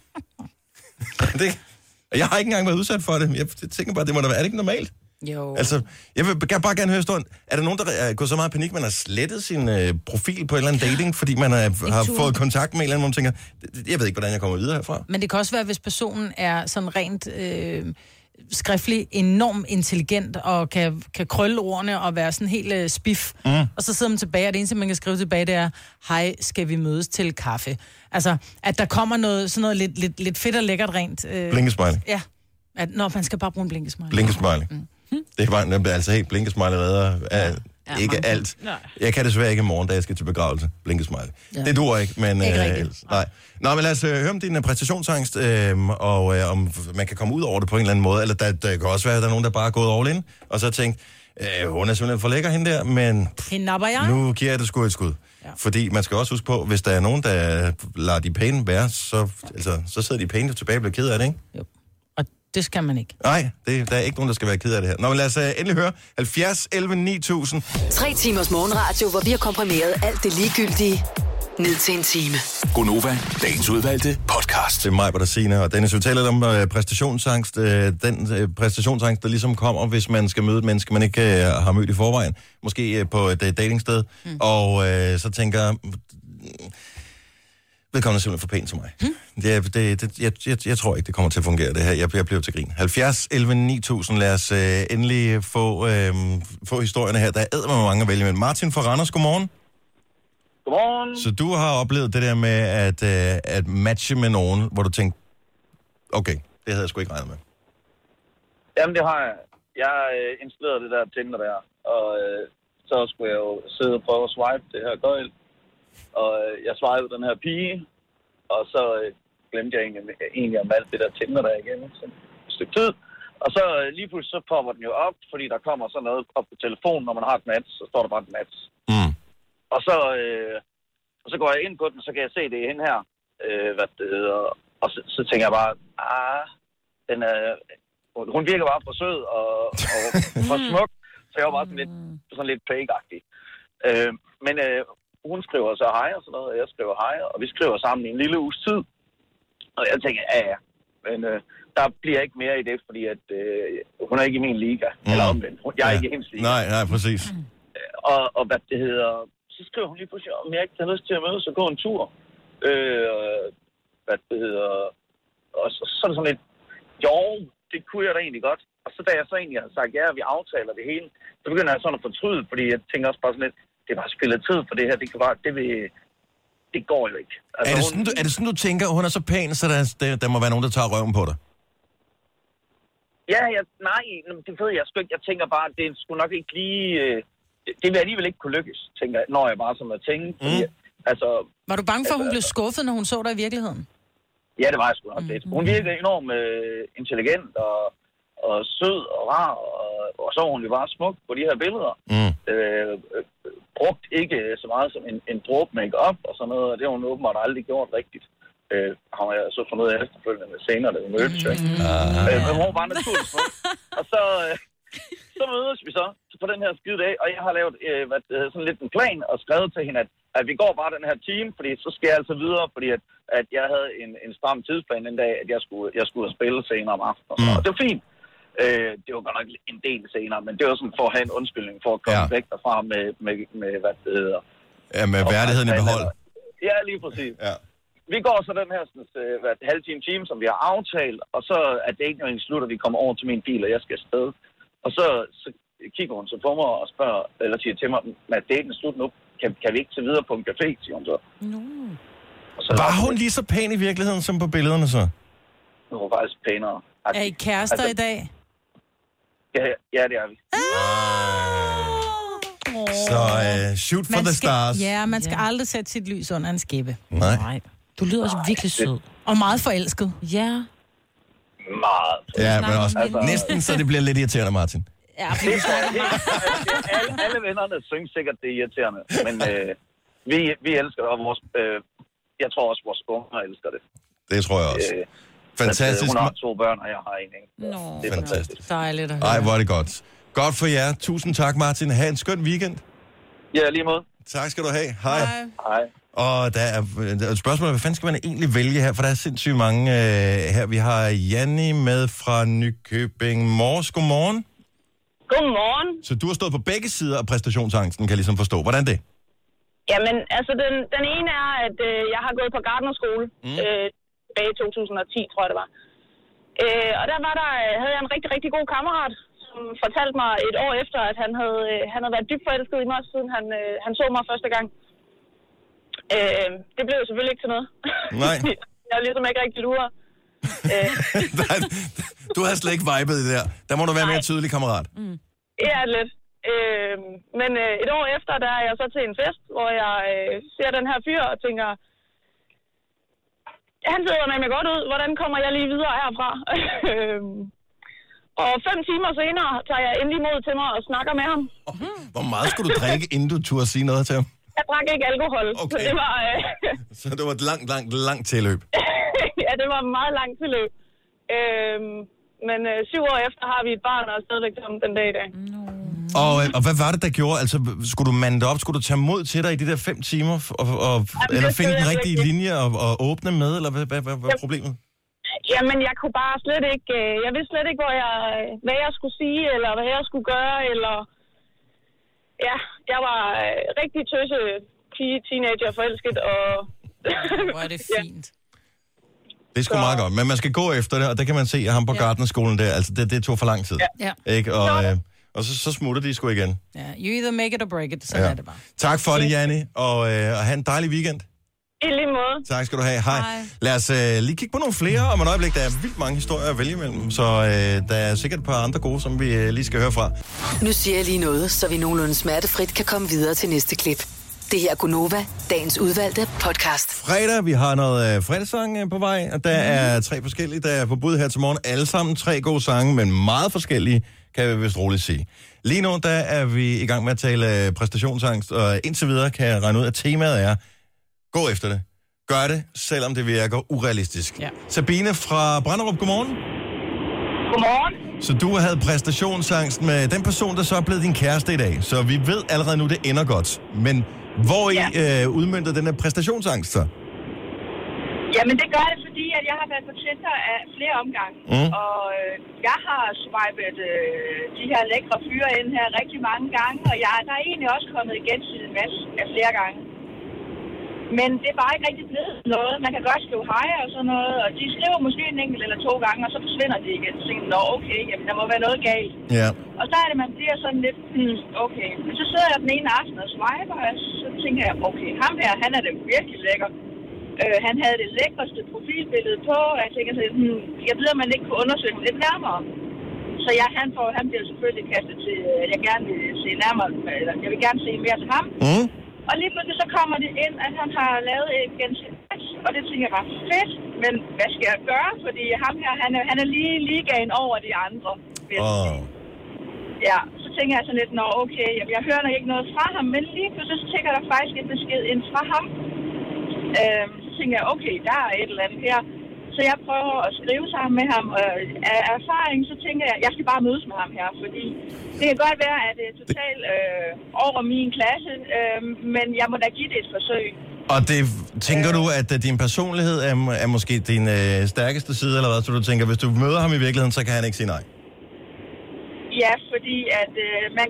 Jeg har ikke engang været udsat for det. Jeg tænker bare, er det ikke normalt? Jo. Altså, jeg vil bare gerne høre historien. Er der nogen, der går så meget i panik, man har slettet sin profil på en eller anden dating, fordi man har fået kontakt med en eller anden, hvor man tænker, jeg ved ikke, hvordan jeg kommer videre herfra? Men det kan også være, hvis personen er sådan rent skriftlig enormt intelligent, og kan krølle ordene og være sådan helt spiff. Og så sidder man tilbage, og det eneste, man kan skrive tilbage, det er, hej, skal vi mødes til kaffe? Altså, at der kommer noget lidt fedt og lækkert rent. Blinkesmiley. Ja. Man skal bare bruge en blinkesmiley. Blinkesmiley. Det er bare, det altså helt blinkesmiley redder ikke alt. Nej. Jeg kan desværre ikke i morgen, da jeg skal til begravelse. Blinkesmiley. Ja. Det duer ikke, men... Ikke rigtigt. Nej. Nå, men lad os høre om din præstationsangst, og om man kan komme ud over det på en eller anden måde. Eller der kan også være, at der er nogen, der bare er gået all in, og så har tænkt, hun er simpelthen for lækker hende der, men nu giver jeg det sgu et skud. Ja. Fordi man skal også huske på, hvis der er nogen, der lader de pæne være, så sidder de pæne tilbage og bliver ked af det, ikke? Jo. Det skal man ikke. Nej, der er ikke nogen, der skal være ked af det her. Nå, men lad os endelig høre. 70 11 9000. 3 timers morgenradio, hvor vi har komprimeret alt det ligegyldige ned til en time. Gonova, dagens udvalgte podcast. Det er mig, der siger, og Dennis, vi taler lidt om præstationsangst. Den præstationsangst, der ligesom kommer, hvis man skal møde et menneske, man ikke har mødt i forvejen. Måske på et datingsted. Og så tænker... Vedkommende er simpelthen for pænt til mig. Jeg tror ikke, det kommer til at fungere, det her. Jeg bliver til grin. 70 11 9000. Lad os endelig få historierne her. Der er mange at vælge med. Martin fra Randers, godmorgen. Godmorgen. Så du har oplevet det der med at matche med nogen, hvor du tænkte, Okay, det havde jeg sgu ikke regnet med. Jamen, det har jeg. Jeg installerede det der Tinder der, og så skulle jeg jo sidde og prøve at swipe det her gøjl. Og jeg swipede den her pige, og så glemte jeg egentlig om alt det der Tinder der igen, så et stykke tid. Og så lige pludselig så popper den jo op, fordi der kommer sådan noget op på telefonen, når man har et match, så står der bare et match. Mm. Og så går jeg ind på den, så kan jeg se det hende her, hvad det hedder. Og så tænker jeg bare, den er... Hun virker bare for sød og for smuk, så jeg var bare sådan lidt fake-agtig. Men hun skriver så hej og sådan noget, og jeg skriver hej, og vi skriver sammen i en lille uges tid. Og jeg tænker, ja. Men der bliver ikke mere i det, fordi at, hun er ikke i min liga. Eller omvendt. Jeg er ikke i hendes liga. Nej, præcis. Og hvad det hedder... Så skriver hun lige pludselig, om jeg ikke har lyst til at mødes og gå en tur. Hvad det hedder... Og så er det sådan lidt... Jo, det kunne jeg da egentlig godt. Og så da jeg så egentlig har sagt, ja, vi aftaler det hele, så begynder jeg sådan at fortryde, fordi jeg tænker også bare sådan lidt, det er bare spillet tid for det her, det går jo ikke. Altså, er det sådan, du tænker, hun er så pæn, så der må være nogen, der tager røven på dig? Ja, nej, det ved jeg sgu ikke. Jeg tænker bare, det skulle nok ikke lige... det vil alligevel ikke kunne lykkes, tænker jeg, når jeg bare som at tænke. Fordi, altså, var du bange for, at hun blev skuffet, når hun så dig i virkeligheden? Ja, det var jeg sgu nok lidt. Hun virker enormt intelligent og sød og rar, og så var hun jo bare smuk på de her billeder. Brugt ikke så meget som en dråbe make-up og sådan noget, og det har hun åbenbart aldrig gjort rigtigt. Har jeg så fundet ud af efterfølgende senere, da vi mødtes. Men hun var bare naturligt smuk. Og så mødes vi så på den her skide dag, og jeg har lavet sådan lidt en plan og skrevet til hende, at vi går bare den her time, fordi så skal jeg altså videre, fordi at jeg havde en stram tidsplan den dag, at jeg skulle spille senere om aftenen. Og det var fint. Det var godt nok en del senere, men det var sådan for at have en undskyldning for at komme væk derfra med hvad det hedder. Ja, med værdigheden i behold. Ja, lige præcis. Ja. Vi går så den her halv time, som vi har aftalt, og så er daten slutter, vi kommer over til min bil, og jeg skal afsted. Og så kigger hun så på mig og spørger, eller siger til mig, at daten er slut nu. Kan vi ikke tage videre på en café, siger hun så. Var hun lige så pæn i virkeligheden, som på billederne så? Hun var faktisk pænere. Er I kærester i dag? Ja, det er vi. Så shoot for the stars. Ja, man skal aldrig sætte sit lys under en skæppe. Nej. Du lyder også virkelig sød. Og meget forelsket. Ja. Meget. Ja, men også næsten, så det bliver lidt irriterende, Martin. Ja, fordi du snakker meget. Alle vennerne synes sikkert, det er irriterende, men vi elsker det, og jeg tror også, vores unger elsker det. Det tror jeg også. Fantastisk. Hun har 2 børn, og jeg har en. Det er fantastisk. Dejligt at høre. Ej, hvor er det godt. Godt for jer. Tusind tak, Martin. Ha' en skøn weekend. Ja, lige måde. Tak skal du have. Hej. Hej. Og der er et spørgsmål, hvad fanden skal man egentlig vælge her? For der er sindssygt mange her. Vi har Janni med fra Nykøbing Mors. Godmorgen. Godmorgen. Så du har stået på begge sider af præstationsangsten, kan jeg ligesom forstå. Hvordan det? Jamen, altså den ene er, at jeg har gået på gartnerskole tilbage i 2010, tror jeg det var. Og der havde jeg en rigtig, rigtig god kammerat, som fortalte mig et år efter, at han havde været dybt forelsket i mig, siden han så mig første gang. Det blev jo selvfølgelig ikke til noget. Nej. Jeg var ligesom ikke rigtig lurer. Du har slet ikke vibet i det der. Der må du være mere tydelig, kammerat. Ja, lidt. Men et år efter, der er jeg så til en fest, hvor jeg ser den her fyr og tænker, han sidder med mig godt ud. Hvordan kommer jeg lige videre herfra? Og 5 timer senere tager jeg endelig mod til mig og snakker med ham. Hvor meget skulle du drikke, inden du turde sige noget til ham? Jeg drak ikke alkohol. Okay. Så det var... Så det var et langt tilløb. Ja, det var et meget langt tilløb. Men 7 år efter har vi et barn, og stadigvæk sammen den dag i dag. Og hvad var det, der gjorde? Altså, skulle du mande op? Skulle du tage mod til dig i de der 5 timer? Eller finde den rigtige linje og åbne med? Eller hvad var problemet? Jamen, jeg kunne bare slet ikke... Jeg vidste slet ikke, hvad jeg skulle sige, eller hvad jeg skulle gøre, eller... Ja, jeg var rigtig tøse teenager forelsket, og... Hvor er det fint. Det er sgu meget godt, men man skal gå efter det, og det kan man se at ham på gartnerskolen der. Altså, det tog for lang tid. Ja. Ikke? Og så smutter de sgu igen. Ja, you either make it or break it, sådan er det bare. Tak for det, Janni, og have en dejlig weekend. I lige måde. Tak skal du have. Hej. Lad os lige kigge på nogle flere om et øjeblik. Der er vildt mange historier at vælge imellem, så der er sikkert et par andre gode, som vi lige skal høre fra. Nu siger jeg lige noget, så vi nogenlunde smertefrit kan komme videre til næste klip. Det her er Gunova, dagens udvalgte podcast. Fredag, vi har noget fredagssang på vej, og der er 3 forskellige, der er på bud her til morgen. Alle sammen 3 gode sange, men meget forskellige, kan vi vist roligt sige. Lige nu, der er vi i gang med at tale præstationsangst, og indtil videre kan jeg regne ud, at temaet er, gå efter det. Gør det, selvom det virker urealistisk. Ja. Sabine fra Branderup, godmorgen. Godmorgen. Så du havde præstationsangst med den person, der så er blevet din kæreste i dag. Så vi ved allerede nu, det ender godt. Men hvor I udmøntede den her præstationsangst så? Jamen det gør det, fordi at jeg har været på Tinder af flere omgange. Og jeg har swipet de her lækre fyre ind her rigtig mange gange. Og der er egentlig også kommet igen til en masse af flere gange. Men det er bare ikke rigtig blevet noget. Man kan godt skrive hej og sådan noget, og de skriver måske en enkelt eller 2 gange, og så forsvinder de igen. Så tænker jeg, okay, jamen der må være noget galt. Ja. Og så er det, man bliver sådan lidt, okay. Men så sidder jeg den ene aften og swiper, og så tænker jeg, okay, ham her, han er det virkelig lækker. Han havde det lækreste profilbillede på, og jeg tænker sådan, jeg ved, at man ikke kunne undersøge ham lidt nærmere. Så han bliver selvfølgelig kastet til, at jeg gerne vil se nærmere, eller jeg vil gerne se mere til ham. Og lige pludselig så kommer det ind, at han har lavet et gensidigt, og det tænker jeg bare fedt, men hvad skal jeg gøre? Fordi ham her, han er lige ligaen over de andre. Ja, så tænker jeg sådan lidt, okay, jeg hører nok ikke noget fra ham, men lige pludselig så tænker der faktisk en besked ind fra ham. Så tænker jeg, okay, der er et eller andet her. Så jeg prøver at skrive sammen med ham, og af erfaring, så tænker jeg, jeg skal bare mødes med ham her, fordi det kan godt være, at det er totalt over min klasse, men jeg må da give det et forsøg. Og det tænker du, at din personlighed er måske din stærkeste side, eller hvad? Så du tænker, hvis du møder ham i virkeligheden, så kan han ikke sige nej? Ja, fordi at man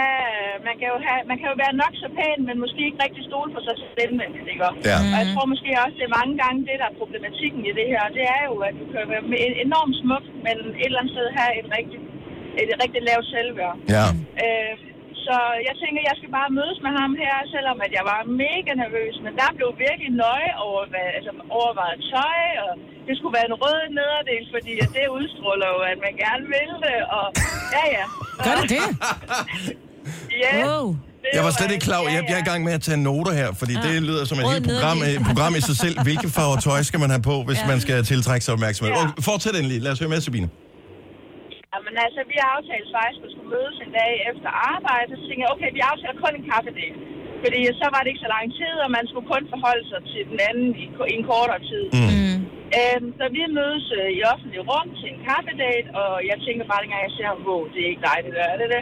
kan jo være nok så pæn, men måske ikke rigtig stole på sig selv indvendigt, ikke? Ja. Og jeg tror måske også, det er mange gange det, der er problematikken i det her. Det er jo, at du kan være enormt smuk, men et eller andet sted have et rigtig lavt selvværd. Ja. Så jeg tænker, jeg skal bare mødes med ham her, selvom at jeg var mega nervøs. Men der blev virkelig nøje overvejet tøj, og det skulle være en rød nederdel, fordi at det udstråler jo, at man gerne vil det, og ja. Gør det det? Ja. Wow. Jeg var slet ikke klar. Jeg er i gang med at tage noter her, fordi det lyder som et helt program i sig selv. Hvilke farver tøj skal man have på, hvis man skal tiltrække sig opmærksomhed? Ja. Fortsæt endelig. Lad os høre med, Sabine. Jamen altså, vi har aftalt faktisk, at vi skulle mødes en dag efter arbejde. Så tænkte jeg, okay, vi aftaler kun en kaffedate. Fordi så var det ikke så lang tid, og man skulle kun forholde sig til den anden i en kortere tid. Så vi mødes i offentlig rum til en kaffedate, og jeg tænker bare, at jeg ser ham, det er ikke dig, det der, er det det?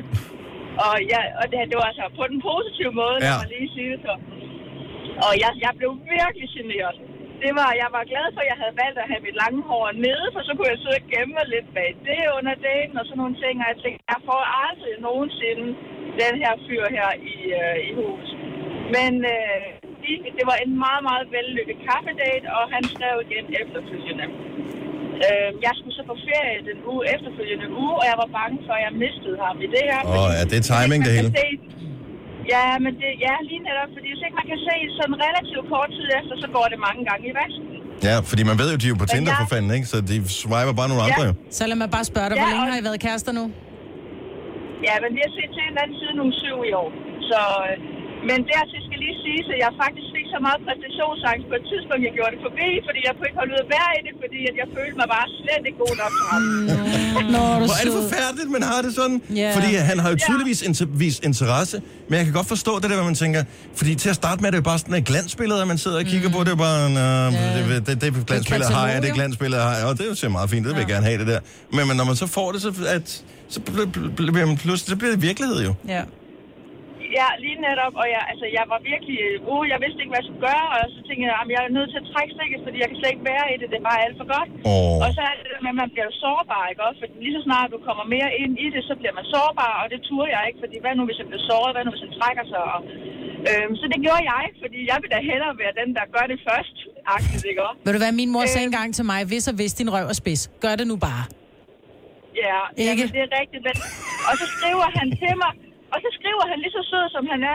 Og det var altså på den positive måde, lad mig lige sige det så. Og jeg blev virkelig generet. Jeg var glad for, at jeg havde valgt at have mit lange hår nede, for så kunne jeg sidde og gemme mig lidt bag det under dagen og sådan nogle ting. Og jeg tænkte, jeg får aldrig nogensinde den her fyr her i huset. Men det var en meget, meget vellykket kaffedate, og han skrev igen efterfølgende. Jeg skulle så på ferie den efterfølgende uge, og jeg var bange for, at jeg mistede ham i det her. Det er timing det hele. Ja, men lige netop, fordi hvis ikke man kan se sådan relativt kort tid efter, så går det mange gange i vasken. Ja, fordi man ved jo, de er jo på Tinder for fanden, ikke? Så de swiper bare nogle andre jo. Så lad mig bare spørge dig, hvor længe har I været kærester nu? Ja, men vi har set til en anden side nogle 7 i år. Så, men dertil skal lige sige, at jeg faktisk fik så meget præstationsangst på et tidspunkt, jeg gjorde det forbi, fordi jeg kunne ikke holde ud at være i det, fordi at jeg følte mig bare slet ikke god nok til ham. Hvor er det forfærdeligt, man har det sådan? Yeah. Fordi han har jo tydeligvis vist interesse, men jeg kan godt forstå det der, hvad man tænker. Fordi til at starte med, det er jo bare sådan et glansbillede, at man sidder og kigger på. Det er bare det er glansbillede, det er glansbillede, og det ser meget fint, det vil jeg gerne have det der. Men når man så får det, så bliver man pludselig, så bliver det virkelighed jo. Ja. Ja, lige netop, og jeg var virkelig, jeg vidste ikke, hvad jeg skulle gøre, og så tænkte jeg, jeg er nødt til at trække stikket, fordi jeg kan slet ikke være i det, det er bare alt for godt. Og så er det med, at man bliver sårbar, ikke også? For lige så snart du kommer mere ind i det, så bliver man sårbar, og det turde jeg ikke, fordi hvad nu, hvis jeg bliver såret, hvad nu, hvis jeg trækker sig, så det gjorde jeg, fordi jeg vil da hellere være den, der gør det først, agtigt, ikke også? Ved du hvad, min mor sagde engang til mig, hvis og hvis din røv er spids, gør det nu bare. Ja, jamen, det er rigtigt, men... Og så skriver han til mig, og så skriver han lige så sød, som han er.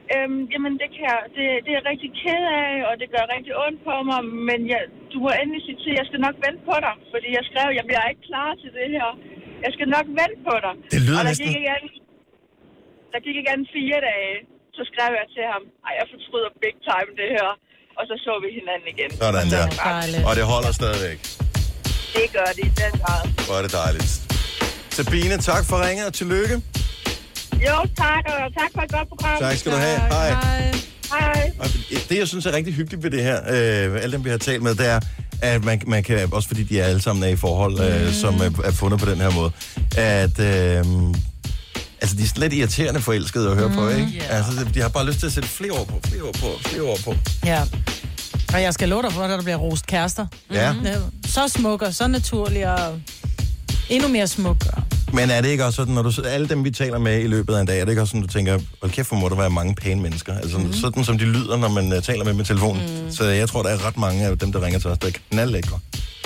Jamen, det kan jeg. Det er jeg rigtig ked af, og det gør rigtig ondt på mig, men du må endelig sige til, jeg skal nok vente på dig, fordi jeg skrev, jeg bliver ikke klar til det her. Jeg skal nok vente på dig. Det lyder og der næsten... Der gik igen 4 dage, så skrev jeg til ham, jeg fortryder big time det her, og så vi hinanden igen. Sådan der. Og det holder stadigvæk. Det gør det i den grad. Hvor er det dejligt. Sabine, tak for ringet, og tillykke. Jo, tak, og tak for et godt program. Tak skal du have. Hej. Hej. Det, jeg synes er rigtig hyggeligt ved det her, alle dem, vi har talt med, det er, at man kan, også fordi de er alle sammen er i forhold, som er fundet på den her måde, at altså, de er lidt irriterende forelskede at høre på, ikke? Yeah. Altså, de har bare lyst til at sætte flere år på. Ja. Og jeg skal love dig for, at der bliver rost kærester. Ja. Så smuk og så naturlig og endnu mere smuk. Men er det ikke også sådan, når du alle dem, vi taler med i løbet af en dag, er det ikke også sådan, du tænker, hold kæft, hvor må der være mange pæne mennesker? Altså sådan som de lyder, når man taler med telefonen. Så jeg tror, der er ret mange af dem, der ringer til os, der er knaldlækre.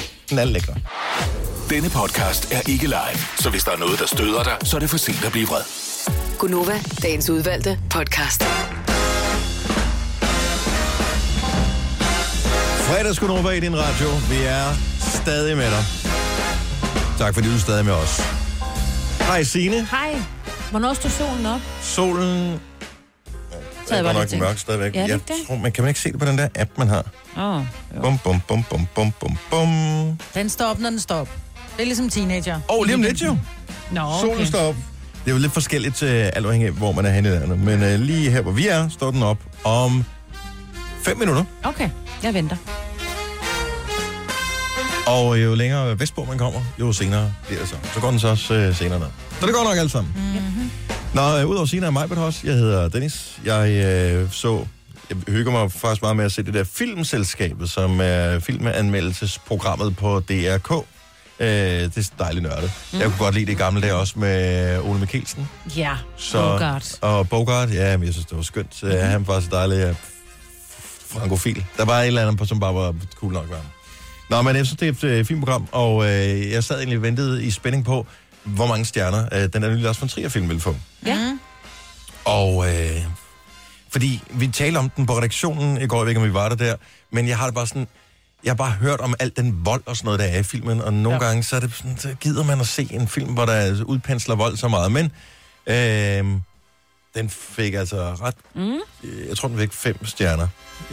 Denne podcast er ikke live, så hvis der er noget, der støder dig, så er det for sent at blive vred. Gunova, dagens udvalgte podcast. Fredags Gunova i din radio. Vi er stadig med dig. Tak fordi du er stadig med os. Hej Signe. Hej. Hvornår stod solen op? Solen... Så det er nok mørkt stadigvæk. Ja, jeg tror, kan man ikke se det på den der app, man har? Bum, bum, bum, bum, bum, bum, bum. Den står op, når den står op. Det er ligesom teenager. Lige om lidt jo. Solen står op. Det er jo lidt forskelligt til alt afhængig af, hvor man er henne i landet. Men lige her, hvor vi er, står den op om 5 minutter. Okay, jeg venter. Og jo længere vestpå man kommer, jo senere bliver det så. Så går den så også senere ned. Så det går nok alt sammen. Mm-hmm. Nå, udover Signe og mig, jeg hedder Dennis. Jeg hygger mig faktisk meget med at se det der Filmselskabet, som er filmanmeldelsesprogrammet på DRK. Det er dejligt nørdet. Jeg kunne godt lide det gamle der også med Ole Mikkelsen. Ja, Bogart. Og Bogart, ja, men jeg synes, det var skønt. Han var så dejlig frankofil. Der var et eller andet, som bare var cool nok. Nå, men jeg synes, det er et fint program, og jeg sad egentlig og ventede i spænding på, hvor mange stjerner den der nye Lars von Trier-film ville få. Ja. Og fordi vi talte om den på redaktionen i går, jeg ved ikke, om vi var der, men jeg har det bare sådan, jeg har bare hørt om alt den vold og sådan noget, der er i filmen, og nogle gange, så er det sådan, så gider man at se en film, hvor der udpensler vold så meget, men den fik altså ret, jeg tror, den fik 5 stjerner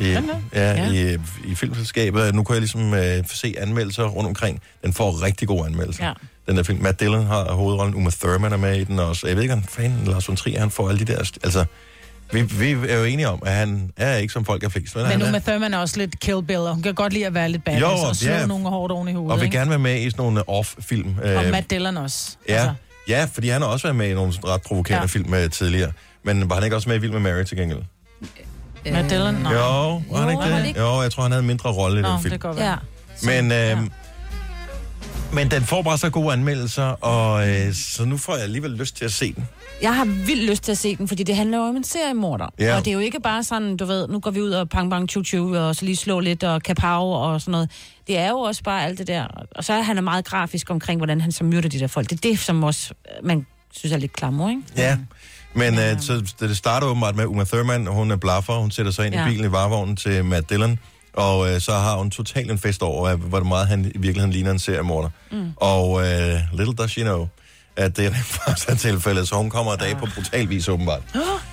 i filmselskabet. Nu kan jeg ligesom se anmeldelser rundt omkring. Den får rigtig gode anmeldelser. Ja. Den der film. Matt Dillon har hovedrollen, Uma Thurman er med i den også. Jeg ved ikke, om fanden Lars von Trier, han får alle de der... Altså, vi er jo enige om, at han er ikke som folk er flest. Men Uma Thurman er også lidt Kill Bill, og hun kan godt lide at være lidt badass og slå nogle hårdt oven i hovedet. Og vil gerne være med i sådan nogle off-film. Og Matt Dillon også. Ja, altså. Ja, fordi han har også været med i nogle ret provokerende film tidligere. Men var han ikke også med i Vild med Mary til gengæld? Matt Dillon? Nej. Jo, var han ikke det? Ikke? Jo, jeg tror, han havde en mindre rolle i den film. Det går vel. Ja. Men den får bare så gode anmeldelser, og så nu får jeg alligevel lyst til at se den. Jeg har vildt lyst til at se den, fordi det handler jo om en seriemorder. Ja. Og det er jo ikke bare sådan, du ved, nu går vi ud og pang bang chu chu og så lige slå lidt og kapow og sådan noget. Det er jo også bare alt det der. Og så er han meget grafisk omkring, hvordan han så myrder de der folk. Det er det, som også man synes er lidt klammer, ikke? Ja. Men så det starter åbenbart med Uma Thurman, hun er blaffer, hun sætter sig ind i bilen i varevognen til Matt Dillon, og så har hun totalt en fest over, hvor meget han i virkeligheden ligner en seriemorder. Og little does she know, at det er faktisk et tilfælde, så hun kommer af på brutal vis åbenbart.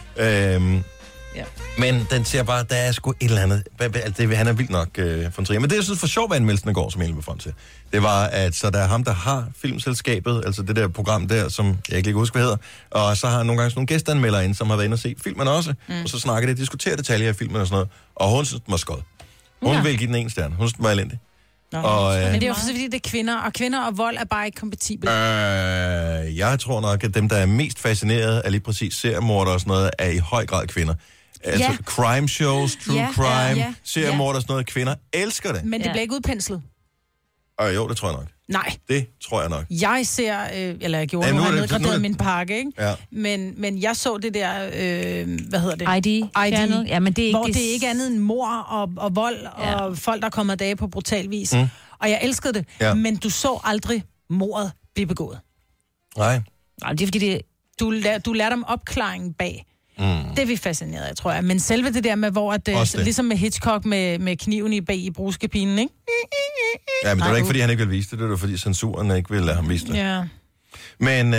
Men den siger bare, der er sgu et eller andet. Han er vildt nok von Trier. Men det, jeg synes for sjov, hvad anmeldelsen går, som jeg vil frem til, det var, at så der er ham, der har Filmselskabet, altså det der program der, som jeg ikke lige husker, hvad hedder, og så har han nogle gange sådan nogle gæsteanmeldere ind, som har været inde og se filmen også, og så snakker det, diskuterer detaljer i filmen og sådan noget, og hun synes, den var skød. Hun vil give den 1 stjerne. Hun synes, den var elendig. Men det er jo fordi, det er kvinder, og kvinder og vold er bare ikke kompatible. Jeg tror nok, at dem, der er mest fascineret af lige præcis seriemorder og sådan noget, er i høj grad kvinder. Altså crime shows, true crime, seriemorder og sådan noget, kvinder elsker det. Men det bliver ikke udpenslet. Jo, det tror jeg nok. Nej. Det tror jeg nok. Jeg ser, eller jeg gjorde nu, har nedgraderet min pakke, ikke? Ja. Men jeg så det der, hvad hedder det? ID. Ja, men det er ikke hvor det er ikke andet end mor og vold og folk, der kommer af dage på brutal vis. Og jeg elskede det, men du så aldrig mordet blive begået. Nej. Det er fordi det... Du lærte om opklaringen bag. Det er vi fascineret af, tror jeg. Men selve det der med, hvor at, ligesom med Hitchcock med kniven i bruskabinen, ikke? Ja, men det var ikke, fordi han ikke ville vise det. Det var fordi censuren ikke ville lade ham vise det. Ja. Men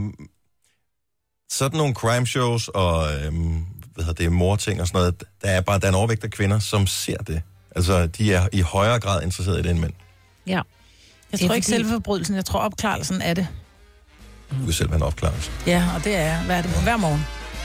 sådan nogle crime shows og mordting og sådan noget, der er en overvægt af kvinder, som ser det. Altså, de er i højere grad interesseret i det end mænd. Ja. Jeg tror ikke selve forbrydelsen, jeg tror opklarelsen af det. Du kan selv være en opklarelse. Ja, og det er hvad er det hver morgen.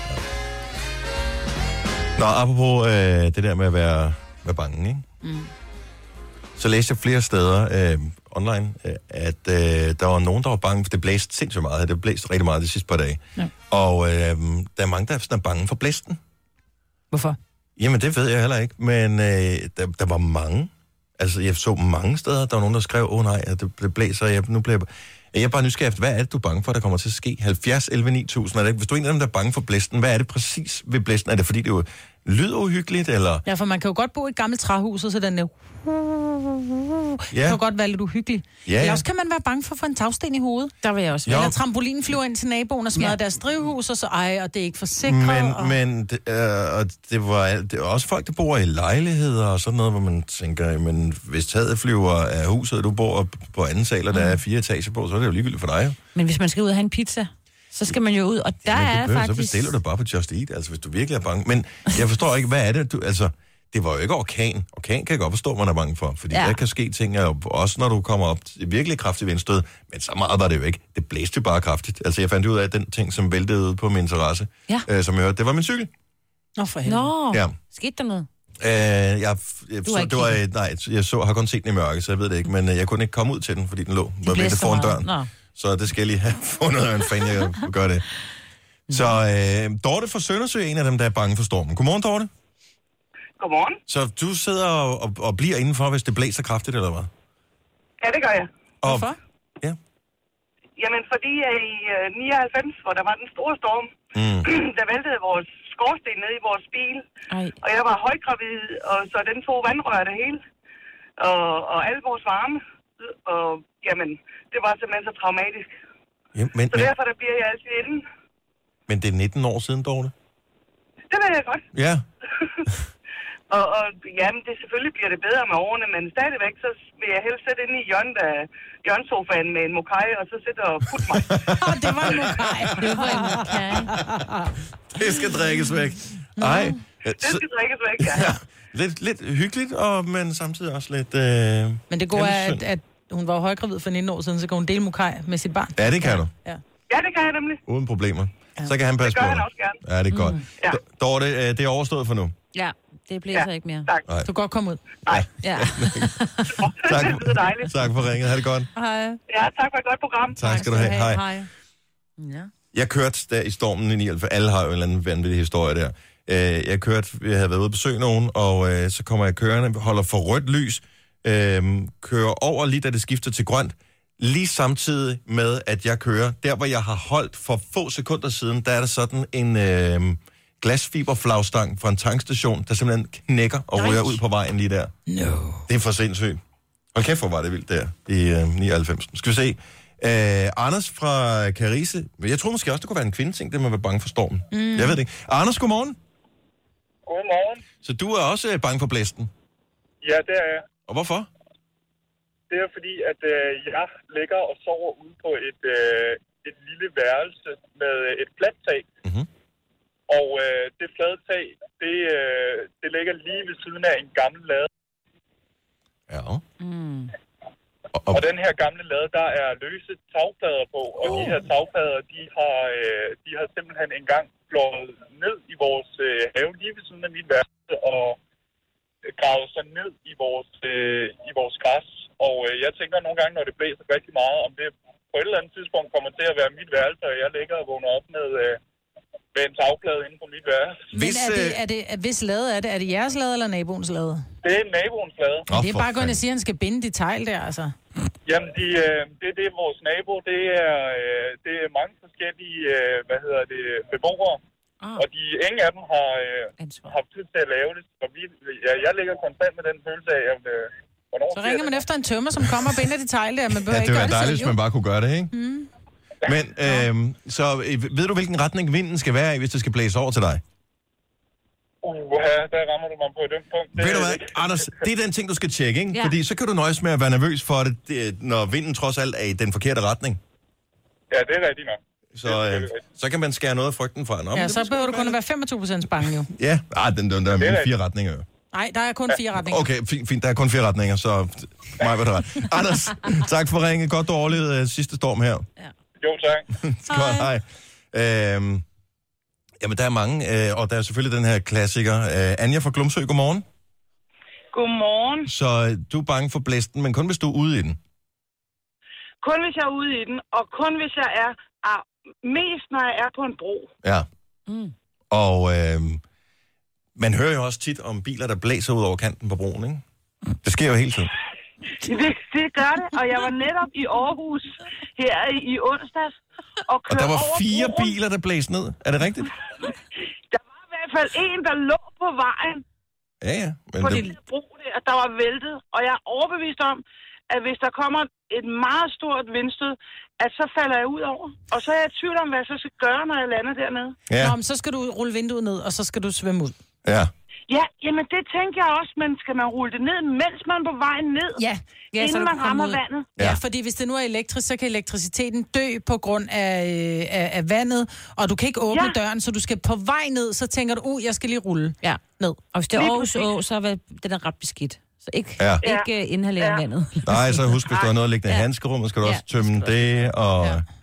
Nå, apropos det der med at være bange, ikke? Så læste jeg flere steder online, at der var nogen, der var bange, for det blæste sindssygt meget. Det blæste rigtig meget de sidste par dage. Ja. Og der er mange, der er bange for blæsten. Hvorfor? Jamen, det ved jeg heller ikke, men der var mange. Altså, jeg så mange steder, der var nogen, der skrev, nej, det blæser, jeg er bare nysgerrig efter, hvad er det, du er bange for, der kommer til at ske? 70, 11, 9000, er det, hvis du er en af dem, der er bange for blæsten, hvad er det præcis ved blæsten? Er det, fordi det jo lyder uhyggeligt, eller? Ja, for man kan jo godt bo i et gammelt træhus, og så den der... Det kan jo godt være lidt uhyggeligt. Ja. Eller også kan man være bange for at få en tagsten i hovedet. Der vil jeg også. Eller trampolinen flyver ind til naboen og smadrer deres drivhus, og så og det er ikke forsikret. Men det var også folk, der bor i lejligheder og sådan noget, hvor man tænker, men hvis taget flyver af huset, og du bor på anden sal, og der er 4 etager på, så er det jo ligegyldigt for dig. Men hvis man skal ud og have en pizza, så skal man jo ud, og der er faktisk... Så bestiller du bare på Just Eat, altså hvis du virkelig er bange. Men jeg forstår ikke, hvad er det, det var jo ikke orkan. Orkan kan jeg godt forstå, man er bange for, fordi der kan ske ting, også når du kommer op til virkelig kraftig vindstød, men så meget var det jo ikke. Det blæste jo bare kraftigt. Altså jeg fandt ud af, at den ting, som væltede ud på min terrasse, som jeg hørte, det var min cykel. Nå, for helvede. Skete der noget? Jeg har kun set den i mørke, så jeg ved det ikke, men jeg kunne ikke komme ud til den, fordi den lå ved foran døren. Så det skal jeg lige have fundet, hvordan fanden jeg gør det. Så Dorte fra Søndersø er en af dem, der er bange for stormen. Godmorgen, Dorte. Godmorgen. Så du sidder og bliver indenfor, hvis det blæser kraftigt, eller hvad? Ja, det gør jeg. Hvorfor? Ja. Jamen, fordi i 99, hvor der var den store storm, der væltede vores skorsten ned i vores bil. Og jeg var højgravid, og så den tog vandrør det hele. Og alle vores varme. Og jamen, det var simpelthen så traumatisk. Ja, så derfor der bliver jeg altid inde. Men det er 19 år siden, Dorte? Det ved jeg godt. Ja. Og jamen, det selvfølgelig bliver det bedre med årene, men stadigvæk, så vil jeg helst sætte inde i hjørnesofaen med en mokai, og så sætte og putte mig. Det var en mokai. Det skal drikkes væk. Nej. Det skal drikkes væk, ja. Lidt hyggeligt, men samtidig også lidt... Men det går at hun var højgravid for 19 år siden, så kan hun dele mokai med sit barn. Ja, det kan du. Ja, det kan jeg nemlig. Uden problemer. Så kan han passe på. Det gør han også gerne. Ja, det er godt. Dorte, det er overstået for nu. Ja, det bliver så ikke mere. Tak. Du kan godt komme ud. Nej. Ja. Tak for ringet. Ha' det godt. Hej. Ja, tak for et godt program. Tak skal du have. Hej. Ja. Jeg kørte der i stormen i 99. Alle har jo en eller anden vanvittig historie der. Jeg havde været ude at besøge nogen, og så kommer jeg kørende, holder for rødt lys, kører over lige da det skifter til grønt, lige samtidig med, at jeg kører. Der, hvor jeg har holdt for få sekunder siden, der er der sådan en glasfiberflagstang fra en tankstation, der simpelthen knækker og ryger ud på vejen lige der. No. Det er for sindssygt. Hold kæft, hvor var det vildt der i 99. Skal vi se. Anders fra Karise. Jeg tror måske også, det kunne være en kvindeting, det med at være bange for stormen. Jeg ved det ikke. Anders, godmorgen. Godmorgen. Så du er også bange for blæsten? Ja, det er jeg. Og hvorfor? Det er fordi, at jeg ligger og sover ude på et lille værelse med et fladt tag. Mm-hmm. Og det flade tag, det ligger lige ved siden af en gammel lade. Ja. Og den her gamle lade, der er løse tagplader på, og de her tagplader, de har simpelthen engang flået ned i vores have lige ved siden af mit værelse og gravet sig ned i vores græs. Og jeg tænker nogle gange, når det blæser rigtig meget, om det på et eller andet tidspunkt kommer til at være mit værelse, og jeg ligger og vågner op med en tagplade inde på mit værelse. Hvis lade er det? Er det jeres lade eller naboens lade? Det er naboens lade. Men det er bare kun at sige, at han skal binde de tegl der, altså. Jamen, det er vores nabo. Det er mange forskellige, beboere. Og ingen af dem har haft tid til at lave det. Så jeg ligger konstant med den følelse af, at så ringer man efter en tømmer, som kommer og binder de tegl der. Man det ville være dejligt, hvis man bare kunne gøre det, ikke? Men, så ved du, hvilken retning vinden skal være i, hvis det skal blæse over til dig? Der rammer du mig på et ømt punkt. Ved du hvad, Anders, det er den ting, du skal tjekke, ikke? Ja. Fordi så kan du nøjes med at være nervøs for det, når vinden trods alt er i den forkerte retning. Ja, det er rigtigt nok. Så kan man skære noget af frygten fra. Nå, Ja, så behøver du kun at være 25% bange jo. Ja, der er 4 retninger. Nej, der er kun 4 retninger. Okay, fint, der er kun 4 retninger, så mig var det ret. Anders, tak for ringet. Godt, du overlevede sidste storm her. Ja. Jo, tak. Godt, hej. Jamen, der er mange, og der er selvfølgelig den her klassiker. Anja fra Glumsø, godmorgen. Godmorgen. Så du er bange for blæsten, men kun hvis du er ude i den? Kun hvis jeg er ude i den, og kun hvis jeg er mest, når jeg er på en bro. Ja. Og man hører jo også tit om biler, der blæser ud over kanten på broen, ikke? Det sker jo hele tiden. Det gør det, og jeg var netop i Aarhus her i onsdags. Og der var 4 biler, der blæste ned. Er det rigtigt? Der var i hvert fald en, der lå på vejen. Ja. Men på det lille bro der var væltet. Og jeg er overbevist om, at hvis der kommer et meget stort vindstød, at så falder jeg ud over. Og så er jeg i tvivl om, hvad jeg så skal gøre, når jeg lander dernede. Ja. Nå, men så skal du rulle vinduet ned, og så skal du svømme ud. Ja. Ja, jamen det tænker jeg også, men skal man rulle det ned, mens man er på vejen ned? Ja, inden man rammer vandet? Ja, fordi hvis det nu er elektrisk, så kan elektriciteten dø på grund af vandet, og du kan ikke åbne døren, så du skal på vej ned, så tænker du, jeg skal lige rulle ned. Og hvis det er Aarhus Å, så er den er ret beskidt. Så ikke inhalere vandet. Nej, så husk, hvis du har noget liggende i handskerummet, skal du også tømme det, og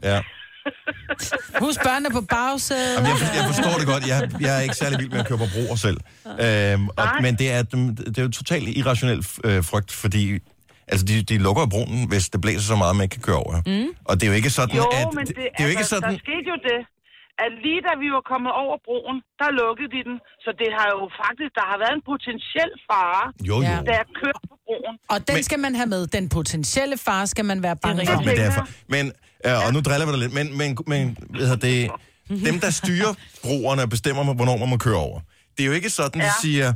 Husk børnene på bagsædet. Jamen, jeg forstår det godt. Jeg er ikke særlig vild med at køre på broer selv. Men det er jo totalt irrationel frygt, fordi altså, de lukker broen, hvis det blæser så meget, man ikke kan køre over. Og det er jo ikke sådan, at... men det er jo ikke sådan... der skete jo det, at lige da vi var kommet over broen, der lukkede de den. Så det har jo faktisk, der har været en potentiel fare, da jeg kørte på broen. Og den skal man have med. Den potentielle fare skal man være bange for. Men og nu driller vi dig lidt, men det, dem, der styrer broerne og bestemmer, hvornår man må køre over. Det er jo ikke sådan, de siger,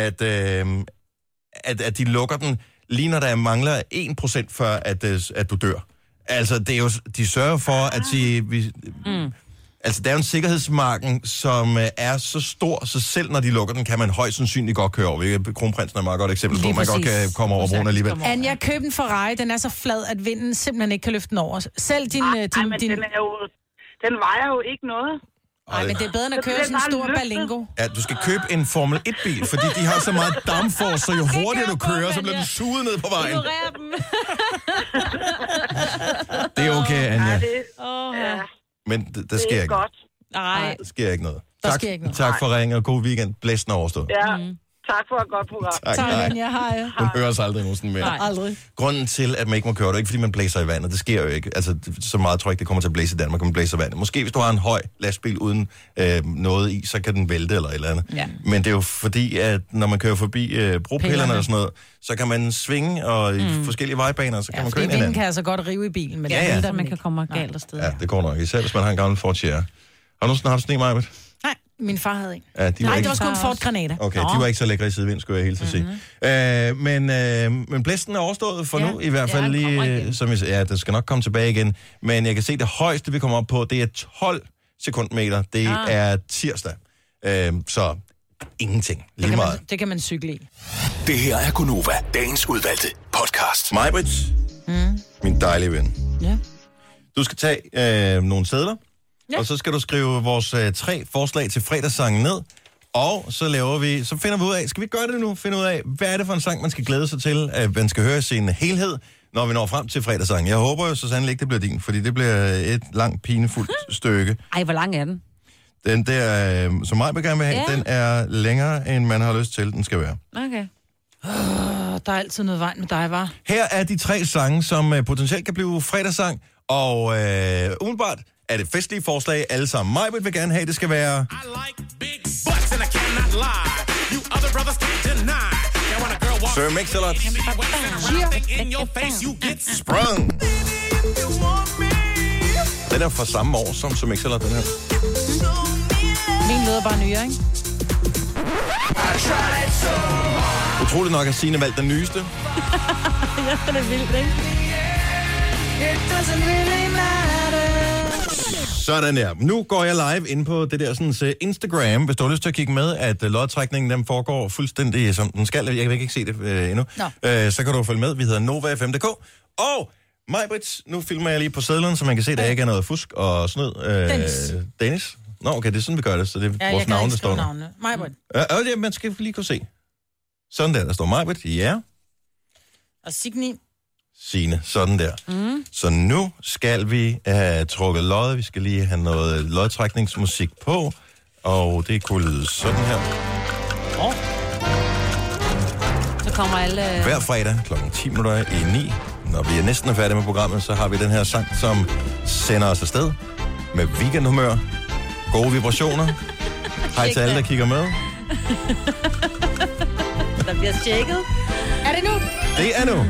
at de lukker den, lige når der mangler 1% før, at du dør. Altså, det er jo, de sørger for, at altså, der er jo en sikkerhedsmarken, som er så stor, så selv når de lukker den, kan man højst sandsynligt godt køre over. Kronprinsen er et meget godt eksempel på, at man godt kan komme over broen alligevel. Anja, køb en Ferrari, den er så flad, at vinden simpelthen ikke kan løfte den over. Selv din... Den vejer jo ikke noget. Nej, men det er bedre end at køre sådan en stor Berlingo. Ja, du skal købe en Formel 1-bil, fordi de har så meget dampforce, så jo hurtigere du kører, så bliver den suget ned på vejen. Det er okay, Anja. Men der sker ikke noget. Nej. Der sker ikke noget. Tak for ringen, og god weekend. Blæsten er overstået. Ja, tak for et godt program. Tak, Anja. Hej. Hun hører sig aldrig nogensinde mere. Nej, aldrig. Grunden til, at man ikke må køre, det er ikke, fordi man blæser i vandet. Det sker jo ikke. Altså, så meget tror jeg ikke, det kommer til at blæse i Danmark, man blæser i vandet. Måske hvis du har en høj lastbil uden noget i, så kan den vælte eller et eller andet. Ja. Men det er jo fordi, at når man kører forbi bropillerne og sådan noget, så kan man svinge og i forskellige vejbaner, så kan man køre ind i vinden kan altså godt rive i bilen, men det er man kan komme galt afsted. Ja, det går nok. Især hvis man har en gammel Ford Sierra. Har du sne, Majbet? Nej, min far havde ikke. Ja, det var sgu en Ford Granada. Okay, de var ikke så lækre i sidevind, skulle jeg helt sige. Men blæsten er overstået for nu, i hvert fald lige, som det skal nok komme tilbage igen. Men jeg kan se, det højeste, vi kommer op på, det er 12 sekundmeter. Det er tirsdag. Så ingenting. Lige meget. Det kan man cykle i. Det her er Gonova, dagens udvalgte podcast. Majbrit, min dejlige ven. Ja. Du skal tage nogle sedler. Ja. Og så skal du skrive vores 3 forslag til fredagssangen ned. Og så finder vi ud af, skal vi gøre det nu? Finde ud af, hvad er det for en sang, man skal glæde sig til, at man skal høre i sin helhed, når vi når frem til fredagssangen. Jeg håber jo så sandelig ikke, det bliver din, fordi det bliver et langt, pinefuldt stykke. Ej, hvor lang er den? Den der, som mig vil gerne vil have, den er længere, end man har lyst til, den skal være. Okay. Der er altid noget vejen med dig, var. Her er de 3 sange, som potentielt kan blive fredagssang, og umiddelbart er det festlige forslag alle sammen. Majbet vil gerne have, det skal være... Sir Mix-a-Lot. Sprung. Den er fra samme år som Sir Mix-a-Lot, den her. Min lyder bare nyere, ikke? Utroligt nok at Signe valgt den nyeste. Ja, det er vildt, ikke? It doesn't really matter. Sådan der. Nu går jeg live ind på det der sådan, Instagram, hvis du har lyst til at kigge med, at lodtrækningen den foregår fuldstændig som den skal. Jeg kan ikke se det endnu. Så kan du følge med. Vi hedder NovaFM.dk. Og Majbrits, nu filmer jeg lige på sedlen, så man kan se, at der ikke er noget fusk og snyd. Dennis. Nå, okay, det er sådan, vi gør det. Så det er vores navn, der står der. Majbrit. Ja, man skal lige kunne se. Sådan der står Majbrit. Ja. Og Signe, sådan der. Så nu skal vi have trukket lod. Vi skal lige have noget lodtrækningsmusik på. Og det kunne lyde sådan her. Så kommer alle... Hver fredag kl. 10:09. Når vi er næsten færdige med programmet, så har vi den her sang, som sender os afsted med weekendhumør, gode vibrationer. Hej til alle, der kigger med. Der bliver tjekket. Er det nu? Det er nu.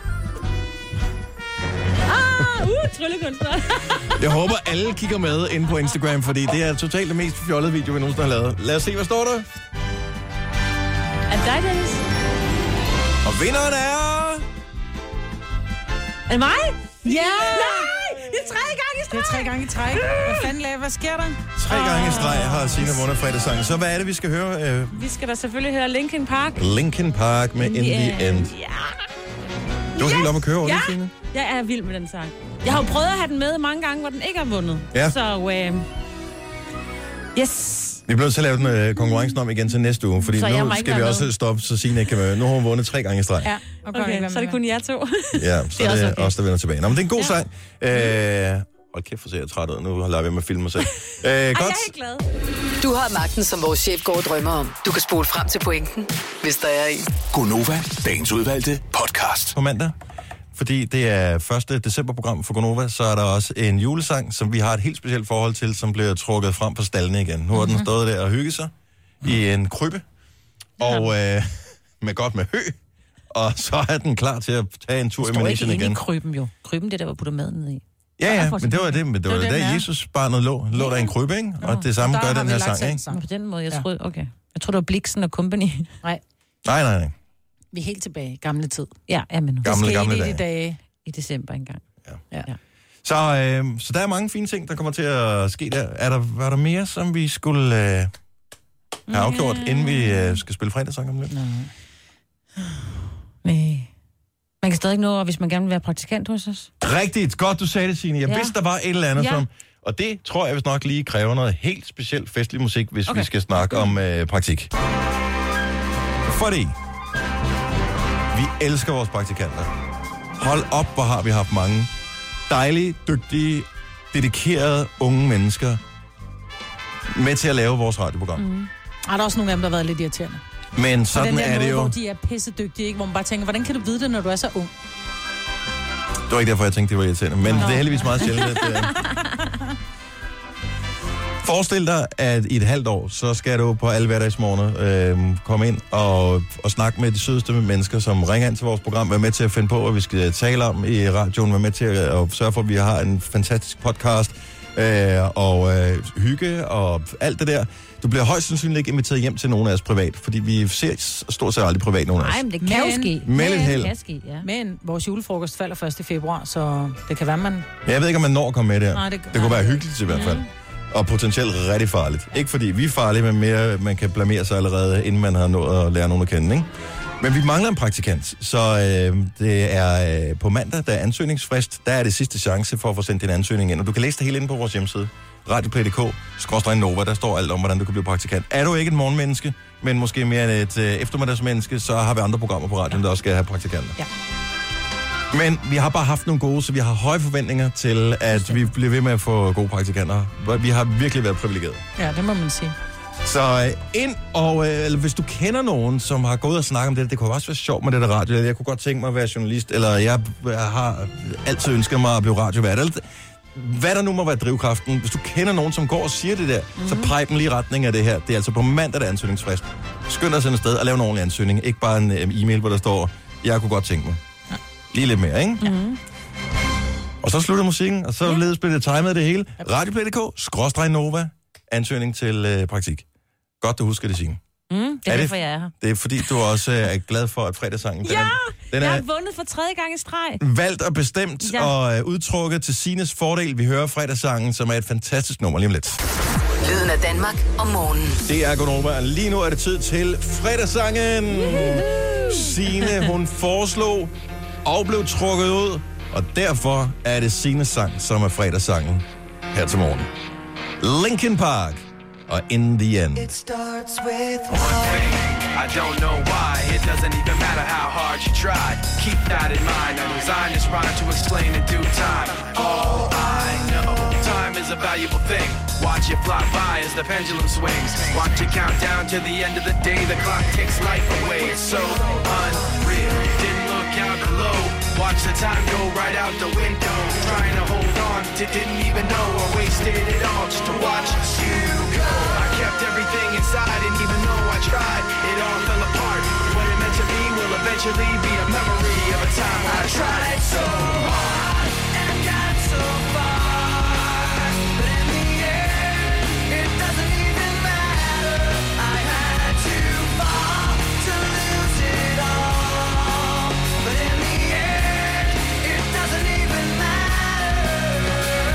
Tryllekunstner. Jeg håber, alle kigger med inde på Instagram, fordi det er totalt det mest fjollede video, vi nogensinde har lavet. Lad os se, hvad står der? Er det dig, Dennis? Og vinderen er... Er det mig? Ja! Nej! Det er 3 gange i streg! Det er 3 gange i træk. Hvad sker der? 3 gange i streg har Signe vundet fredagssangen. Så hvad er det, vi skal høre? Vi skal da selvfølgelig høre Linkin Park. Linkin Park med In the End. Ja. Du er helt oppe at køre over det, Signe? Jeg er vild med den sang. Jeg har jo prøvet at have den med mange gange, hvor den ikke har vundet. Ja. Så, yes. Vi bliver nødt til at lave den konkurrencen om igen til næste uge, fordi så nu skal vi også stoppe, så Signe ikke kan være. Nu har hun vundet 3 gange i streg. Ja, okay, så er det kun jer 2. Ja, så er det os, der vender tilbage. Nå, men det er en god sang. Hold kæft, for ser jeg træt ud. Nu lader vi med at filme mig selv. Godt. Jeg er helt glad. Du har magten, som vores chef går og drømmer om. Du kan spole frem til pointen, hvis der er en. Gonova, dagens udvalgte podcast. På mandag, fordi det er 1. december-program for Gonova, så er der også en julesang, som vi har et helt specielt forhold til, som bliver trukket frem på stallene igen. Nu har den stået der og hygget sig i en krybbe, og med hø, og så er den klar til at tage en tur i managen igen. Det står ikke i krybben jo. Krybben, det der, hvor putter maden ned i. Ja, men det var det. Men det var der, Jesus barnet lå der i en krybbe, ikke? Og det samme gør den her sang, ikke? På den måde, jeg troede, okay. Jeg troede, det var Bliksen og Company. Nej. Nej. Vi er helt tilbage. Gamle tid. Ja, men nu. Gamle dage. I december engang. Ja. Så der er mange fine ting, der kommer til at ske der. Var der mere, som vi skulle have afgjort, inden vi skal spille fredagssang om lidt? Nej. Man kan stadig nå, hvis man gerne vil være praktikant hos os. Rigtigt. Godt, du sagde det, Signe. Jeg vidste, der var et eller andet som... Og det tror jeg, hvis nok lige kræver noget helt specielt festlig musik, hvis vi skal snakke om praktik. Fordi vi elsker vores praktikanter. Hold op, hvor har vi haft mange dejlige, dygtige, dedikerede unge mennesker med til at lave vores radioprogram. Der er også nogle af dem, der har været lidt irriterende. Men sådan er det jo. Hvor de er pissedygtige, ikke? Hvor man bare tænker, hvordan kan du vide det, når du er så ung? Det var ikke derfor, jeg tænkte, det var irriterende. Men det er heldigvis meget sjældent, at... Forestil dig, at i et halvt år, så skal du på alle hverdagsmorgener komme ind og snakke med de sødeste mennesker, som ringer ind til vores program, være med til at finde på, hvad vi skal tale om i radioen, være med til at sørge for, at vi har en fantastisk podcast, og hygge og alt det der. Du bliver højst sandsynligt ikke inviteret hjem til nogen af os privat, fordi vi ser stort set aldrig privat nogen af os. Nej, men det kan jo ske. Men vores julefrokost falder 1. februar, så det kan være, man... Jeg ved ikke, om man når at komme med der. Nej, det kunne være hyggeligt i hvert fald. Og potentielt rigtig farligt. Ikke fordi vi er farlige, men mere man kan blamere sig allerede, inden man har nået at lære nogen at kende, ikke? Men vi mangler en praktikant, så det er på mandag, der er ansøgningsfrist. Der er det sidste chance for at få sendt din ansøgning ind. Og du kan læse det hele inde på vores hjemmeside. radioplay.dk/Nova, der står alt om, hvordan du kan blive praktikant. Er du ikke et morgenmenneske, men måske mere et eftermiddagsmenneske, så har vi andre programmer på radioen, der også skal have praktikanter. Ja. Men vi har bare haft nogle gode, så vi har høje forventninger til, at vi bliver ved med at få gode praktikanter. Vi har virkelig været privilegeret. Ja, det må man sige. Så ind, og hvis du kender nogen, som har gået og snakket om det kunne også være sjovt med det der radio, eller jeg kunne godt tænke mig at være journalist, eller jeg har altid ønsket mig at blive radiovært, eller hvad der nu må være drivkraften. Hvis du kender nogen, som går og siger det der, så peg dem lige i retning af det her. Det er altså på mandag, der er ansøgningsfrist. Skynd dig at sende afsted og lave en ordentlig ansøgning. Ikke bare en e-mail, hvor der står, jeg kunne godt tænke mig. Lige lidt mere, ikke? Mm-hmm. Og så slutter musikken, og så ledes bliver det timet det hele. Radioplay.dk/Nova. Ansøgning til praktik. Godt, du husker det, Signe. Det er derfor, jeg er her. Det er fordi, du også er glad for, at fredagssangen... Ja! Den Jeg er har vundet for 3. gang i streg. valgt og bestemt og udtrukket til Sines fordel. Vi hører fredagssangen, som er et fantastisk nummer lige om lidt. Lyden af Danmark om morgenen. Det er Gonova. Lige nu er det tid til fredagssangen. Signe, hun foreslog og blev trukket ud, og derfor er det Sines sang, som er fredagssangen her til morgen. Linkin Park og In the End. It starts with one thing. I don't know why. It doesn't even matter how hard you try. Keep that in mind. I designed this rhyme to explain in due time. All I know, time is a valuable thing. Watch it fly by as the pendulum swings. Watch it count down to the end of the day. The clock takes life away. It's so unreal. Didn't look out below. Watch the time go right out the window. Trying to hold on to didn't even know I wasted it all just to watch you go. I kept everything inside and even though I tried, it all fell apart. What it meant to be will eventually be a memory of a time when I tried so hard and got so far. But in the end, it doesn't even matter. I had to fall to lose it all. But in the end, it doesn't even matter.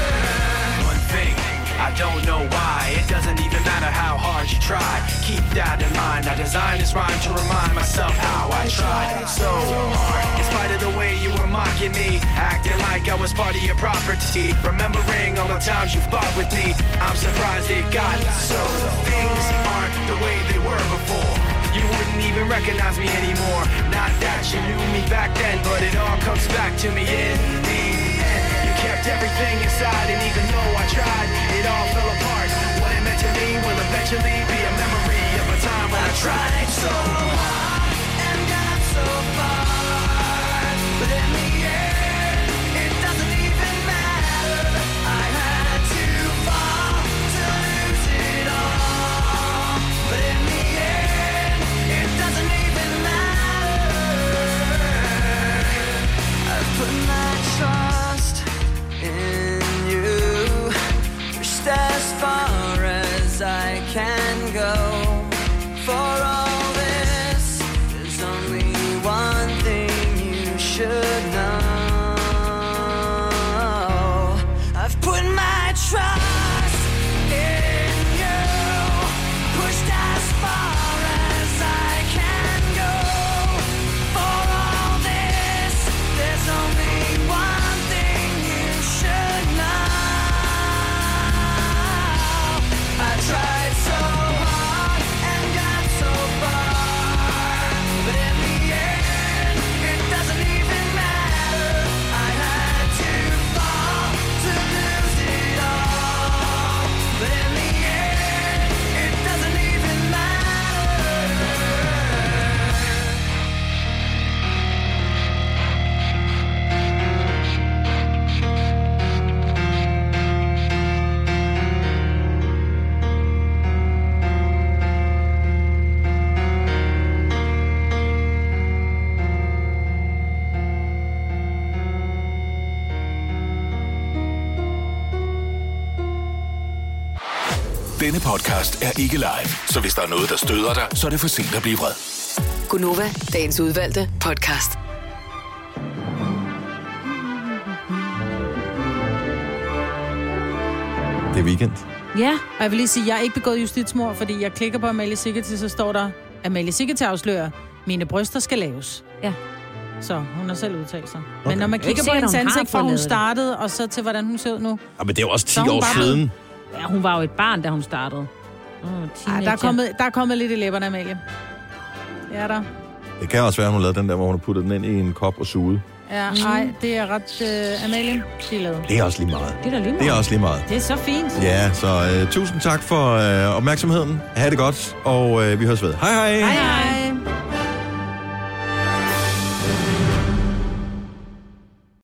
One thing, I don't know why. It doesn't even matter how hard you try. Keep that in mind. I designed this rhyme to remind myself how I tried so hard. In spite of the way you were mocking me, acting like I was part of your property. Remembering all the times you fought with me, I'm surprised it got so. Things aren't the way they were before. You wouldn't even recognize me anymore. Not that you knew me back then, but it all comes back to me in the end. You kept everything inside, and even though I tried, it all fell apart. What it meant to me will eventually be a memory of a time when I tried so hard and got so far. But in the end, it doesn't even matter. I had to fall to lose it all. But in the end, it doesn't even matter. I've put my trust in you, pushed as far as I can go. For all this, there's only one thing you should know. I've put my trust in you, pushed as far as I can go. For all this, there's only one thing you should know. I tried so hard and got so far, but in the end, it doesn't even matter. I had to fall to lose it all, but in the end, it doesn't even matter. Denne podcast er ikke live, så hvis der er noget, der støder dig, så er det for sent at blive vred. Gonova, dagens udvalgte podcast. Det er weekend. Ja, og jeg vil lige sige, at jeg er ikke begået justitsmord, fordi jeg klikker på Amalie Sigeti, så står der, Amalie Sigeti afslører, mine bryster skal laves. Ja. Så hun har selv udtalt sig. Okay. Men når man kigger på hendes ansigt, fra hun startede, og så til hvordan hun ser ud nu. Ja, men det er jo også 10 Så er hun år bare siden. Ja, hun var jo et barn, da hun startede. Ej, der er kommet lidt i læberne, Amalie. Ja, der. Det kan også være, at hun lavede den der, hvor hun har puttet den ind i en kop og suget. Ja, nej, det er ret... Amalie, det er lavet. Det er også lige meget. Det er da lige meget. Det er også lige meget. Det er så fint. Ja, så tusind tak for opmærksomheden. Ha' det godt, og vi høres ved. Hej hej! Hej hej!